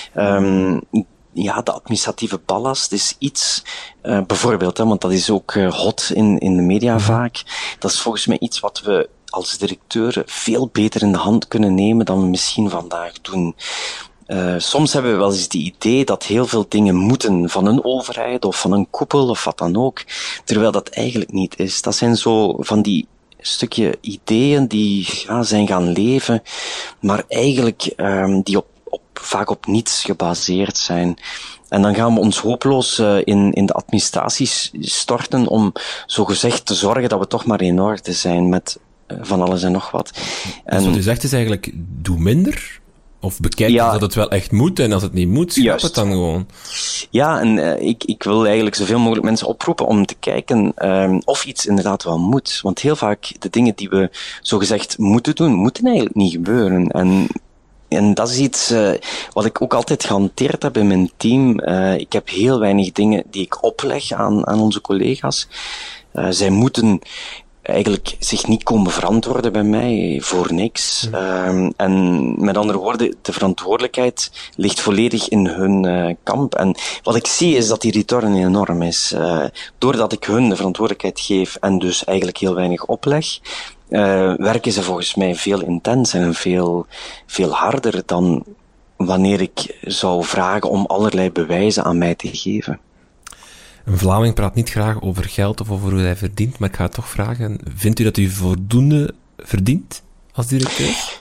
um, ja, de administratieve ballast is iets, uh, bijvoorbeeld, hè, want dat is ook uh, hot in, in de media vaak. Dat is volgens mij iets wat we als directeuren veel beter in de hand kunnen nemen dan we misschien vandaag doen. Uh, soms hebben we wel eens het idee dat heel veel dingen moeten van een overheid of van een koepel of wat dan ook, terwijl dat eigenlijk niet is. Dat zijn zo van die stukje ideeën die ja, zijn gaan leven, maar eigenlijk um, die op Op, vaak op niets gebaseerd zijn. En dan gaan we ons hopeloos uh, in, in de administratie storten om zogezegd te zorgen dat we toch maar in orde zijn met uh, van alles en nog wat. En dus wat u zegt is eigenlijk, doe minder, of bekijk ja, dat het wel echt moet, en als het niet moet, schap het dan gewoon. Ja, en uh, ik, ik wil eigenlijk zoveel mogelijk mensen oproepen om te kijken um, of iets inderdaad wel moet. Want heel vaak de dingen die we zogezegd moeten doen, moeten eigenlijk niet gebeuren. En En dat is iets uh, wat ik ook altijd gehanteerd heb in mijn team. Uh, ik heb heel weinig dingen die ik opleg aan, aan onze collega's. Uh, zij moeten eigenlijk zich niet komen verantwoorden bij mij voor niks. Um, en met andere woorden, de verantwoordelijkheid ligt volledig in hun uh, kamp. En wat ik zie is dat die return enorm is. Uh, doordat ik hun de verantwoordelijkheid geef en dus eigenlijk heel weinig opleg, Uh, werken ze volgens mij veel intenser en veel, veel harder dan wanneer ik zou vragen om allerlei bewijzen aan mij te geven. Een Vlaming praat niet graag over geld of over hoe hij verdient, maar ik ga het toch vragen, vindt u dat u voldoende verdient als directeur?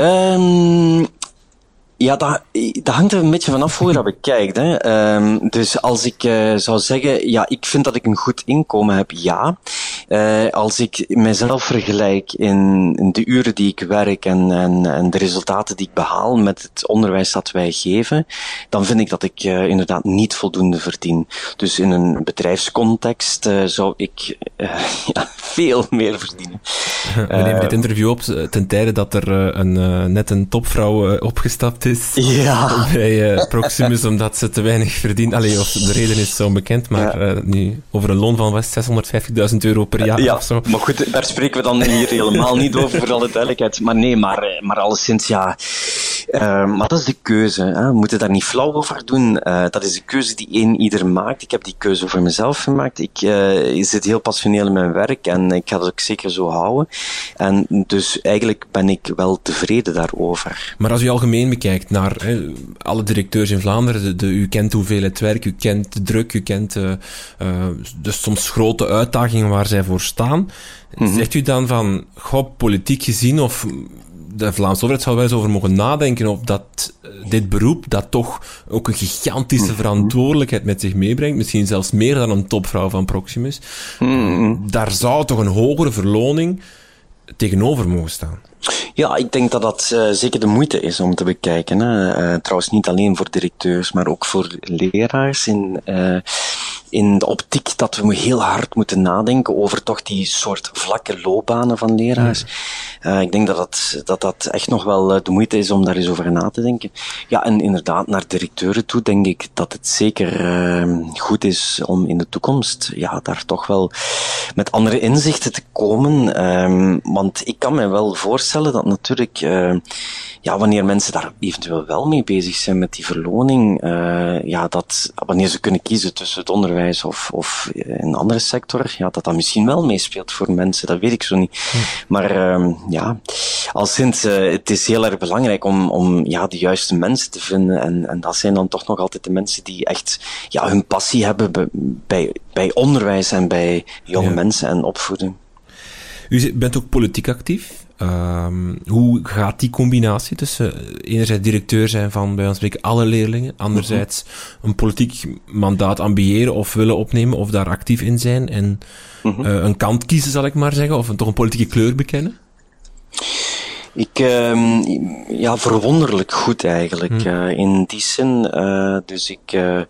Um, Ja, dat, dat hangt er een beetje vanaf hoe je dat bekijkt. Hè. Um, dus als ik uh, zou zeggen, ja, ik vind dat ik een goed inkomen heb, ja. Uh, als ik mezelf vergelijk in, in de uren die ik werk en, en, en de resultaten die ik behaal met het onderwijs dat wij geven, dan vind ik dat ik uh, inderdaad niet voldoende verdien. Dus in een bedrijfscontext uh, zou ik uh, ja, veel meer verdienen. We nemen uh, dit interview op ten tijde dat er uh, een, uh, net een topvrouw uh, opgestapt is. Ja. Bij uh, Proximus, omdat ze te weinig verdient. Allee, of de reden is zo onbekend, maar ja. uh, nu over een loon van was zeshonderdvijftigduizend euro per jaar ja, of zo. Maar goed, daar spreken we dan hier helemaal niet over, voor alle duidelijkheid. Maar nee, maar, maar alleszins, ja, Uh, maar dat is de keuze. Hè. We moeten daar niet flauw over doen. Uh, dat is de keuze die één ieder maakt. Ik heb die keuze voor mezelf gemaakt. Ik uh, zit heel passioneel in mijn werk en ik ga dat ook zeker zo houden. En dus eigenlijk ben ik wel tevreden daarover. Maar als u algemeen bekijkt naar hè, alle directeurs in Vlaanderen, de, de, u kent de hoeveelheid werk, u kent de druk, u kent uh, uh, de soms grote uitdagingen waar zij voor staan. Mm-hmm. Zegt u dan van, goh, politiek gezien, of de Vlaamse overheid zou wel eens over mogen nadenken of dat dit beroep, dat toch ook een gigantische mm-hmm. verantwoordelijkheid met zich meebrengt, misschien zelfs meer dan een topvrouw van Proximus, mm-hmm. daar zou toch een hogere verloning tegenover mogen staan? Ja, ik denk dat dat uh, zeker de moeite is om te bekijken. Hè. Uh, trouwens niet alleen voor directeurs, maar ook voor leraars in, uh, in de optiek dat we heel hard moeten nadenken over toch die soort vlakke loopbanen van leraars. Ja. Uh, ik denk dat dat, dat dat echt nog wel uh, de moeite is om daar eens over na te denken. Ja, en inderdaad, naar directeuren toe denk ik dat het zeker uh, goed is om in de toekomst ja, daar toch wel met andere inzichten te komen. Um, want ik kan me wel voorstellen dat natuurlijk, uh, ja, wanneer mensen daar eventueel wel mee bezig zijn met die verloning, uh, ja, dat wanneer ze kunnen kiezen tussen het onderwijs of, of een andere sector, ja, dat dat misschien wel meespeelt voor mensen, dat weet ik zo niet. Hm. Maar uh, ja, al sinds, uh, het is heel erg belangrijk om, om ja, de juiste mensen te vinden en, en dat zijn dan toch nog altijd de mensen die echt ja, hun passie hebben bij, bij, bij onderwijs en bij jonge ja. mensen en opvoeding. U bent ook politiek actief. Um, hoe gaat die combinatie tussen enerzijds directeur zijn van, bij ons spreken, alle leerlingen, anderzijds mm-hmm. een politiek mandaat ambiëren of willen opnemen of daar actief in zijn en mm-hmm. uh, een kant kiezen, zal ik maar zeggen, of een, toch een politieke kleur bekennen? Ik, uh, ja, verwonderlijk goed eigenlijk. Mm. Uh, in die zin, uh, dus ik, uh,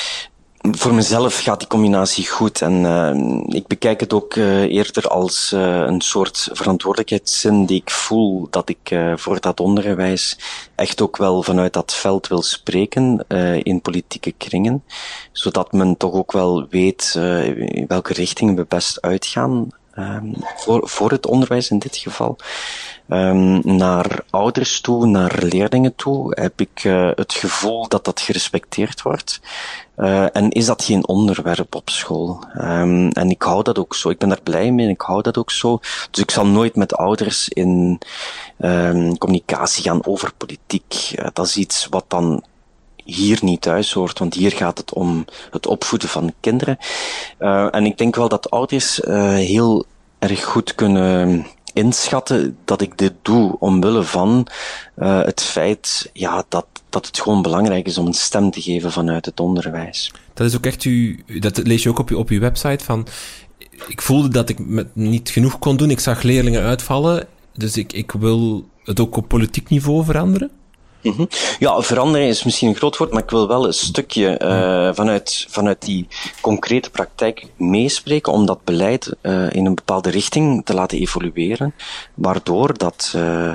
voor mezelf gaat die combinatie goed en uh, ik bekijk het ook uh, eerder als uh, een soort verantwoordelijkheidszin die ik voel dat ik uh, voor dat onderwijs echt ook wel vanuit dat veld wil spreken uh, in politieke kringen, zodat men toch ook wel weet uh, in welke richting we best uitgaan um, voor, voor het onderwijs in dit geval. Um, naar ouders toe, naar leerlingen toe, heb ik uh, het gevoel dat dat gerespecteerd wordt. Uh, en is dat geen onderwerp op school? Um, en ik hou dat ook zo. Ik ben daar blij mee en ik hou dat ook zo. Dus ik zal nooit met ouders in um, communicatie gaan over politiek. Uh, dat is iets wat dan hier niet thuis hoort, want hier gaat het om het opvoeden van kinderen. Uh, en ik denk wel dat ouders uh, heel erg goed kunnen inschatten dat ik dit doe omwille van uh, het feit ja, dat, dat het gewoon belangrijk is om een stem te geven vanuit het onderwijs. Dat is ook echt u, dat lees je ook op, op uw website van, ik voelde dat ik met niet genoeg kon doen, ik zag leerlingen uitvallen, dus ik, ik wil het ook op politiek niveau veranderen? Mm-hmm. Ja, veranderen is misschien een groot woord, maar ik wil wel een stukje uh, vanuit, vanuit die concrete praktijk meespreken om dat beleid uh, in een bepaalde richting te laten evolueren, waardoor dat, uh,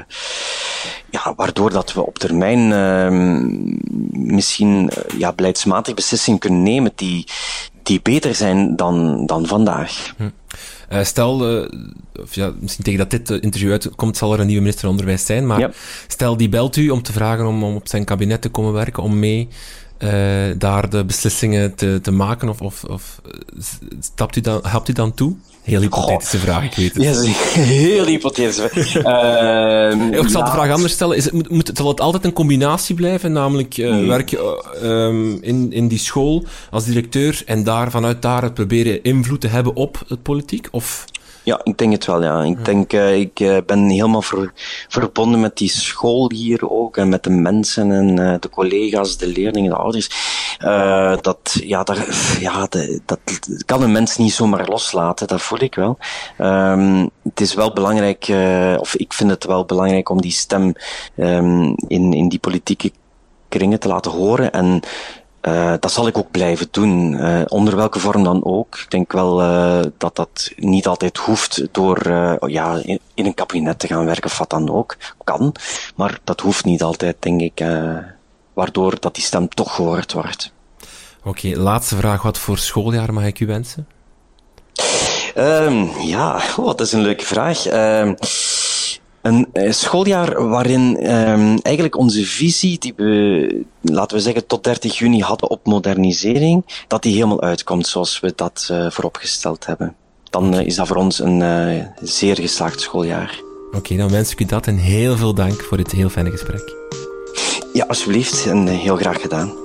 ja, waardoor dat we op termijn uh, misschien uh, ja, beleidsmatig beslissingen kunnen nemen die, die beter zijn dan, dan vandaag. Hm. Uh, stel, uh, of ja, misschien tegen dat dit uh, interview uitkomt, zal er een nieuwe minister van Onderwijs zijn, maar ja. Stel die belt u om te vragen om, om op zijn kabinet te komen werken, om mee uh, daar de beslissingen te, te maken, of, of, of stapt u dan, helpt u dan toe? Heel hypothetische Goh. vraag, ik weet het. Ja, heel hypothetische vraag. uh, ik zal ja. de vraag anders stellen. Is het, moet, moet, zal het altijd een combinatie blijven? Namelijk, uh, nee. werk je uh, um, in, in die school als directeur en daar, vanuit daar het proberen invloed te hebben op het politiek? Of... Ja, ik denk het wel, ja. Ik ja. denk, uh, ik uh, ben helemaal ver, verbonden met die school hier ook en met de mensen en uh, de collega's, de leerlingen, de ouders. Uh, dat, ja, daar, ja, de, dat kan een mens niet zomaar loslaten, dat voel ik wel. Um, het is wel belangrijk, uh, of ik vind het wel belangrijk om die stem um, in, in die politieke kringen te laten horen en Uh, dat zal ik ook blijven doen, uh, onder welke vorm dan ook. Ik denk wel uh, dat dat niet altijd hoeft door uh, ja, in, in een kabinet te gaan werken of wat dan ook. Kan, maar dat hoeft niet altijd, denk ik, uh, waardoor dat die stem toch gehoord wordt. Oké, okay, laatste vraag. Wat voor schooljaar mag ik u wensen? Um, ja, oh, dat is een leuke vraag. Uh, Een uh, schooljaar waarin um, eigenlijk onze visie, die we, laten we zeggen, tot dertig juni hadden op modernisering, dat die helemaal uitkomt zoals we dat uh, vooropgesteld hebben. Dan uh, is dat voor ons een uh, zeer geslaagd schooljaar. Oké, okay, dan wens ik u dat en heel veel dank voor dit heel fijne gesprek. Ja, alsjeblieft, en uh, heel graag gedaan.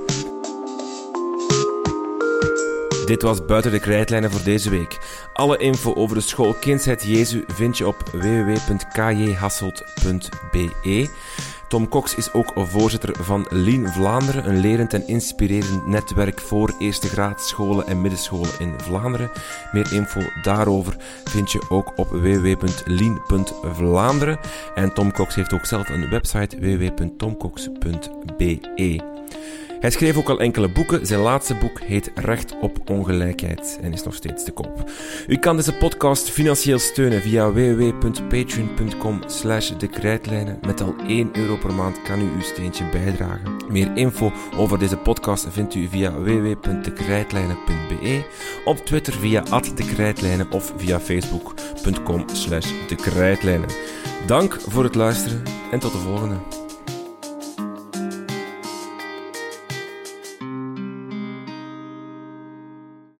Dit was Buiten de Krijtlijnen voor deze week. Alle info over de school Kindsheid Jezu vind je op w w w punt k j hasselt punt b e. Tom Cox is ook voorzitter van Lean Vlaanderen, een lerend en inspirerend netwerk voor eerste graad scholen en middenscholen in Vlaanderen. Meer info daarover vind je ook op w w w punt lean punt vlaanderen. En Tom Cox heeft ook zelf een website w w w punt tom cox punt b e. Hij schreef ook al enkele boeken. Zijn laatste boek heet Recht op Ongelijkheid en is nog steeds te koop. U kan deze podcast financieel steunen via w w w punt patreon punt com slash de krijtlijnen. Met al één euro per maand kan u uw steentje bijdragen. Meer info over deze podcast vindt u via w w w punt de krijtlijnen punt b e, op Twitter via at de krijtlijnen of via facebook punt com slash de krijtlijnen. Dank voor het luisteren en tot de volgende.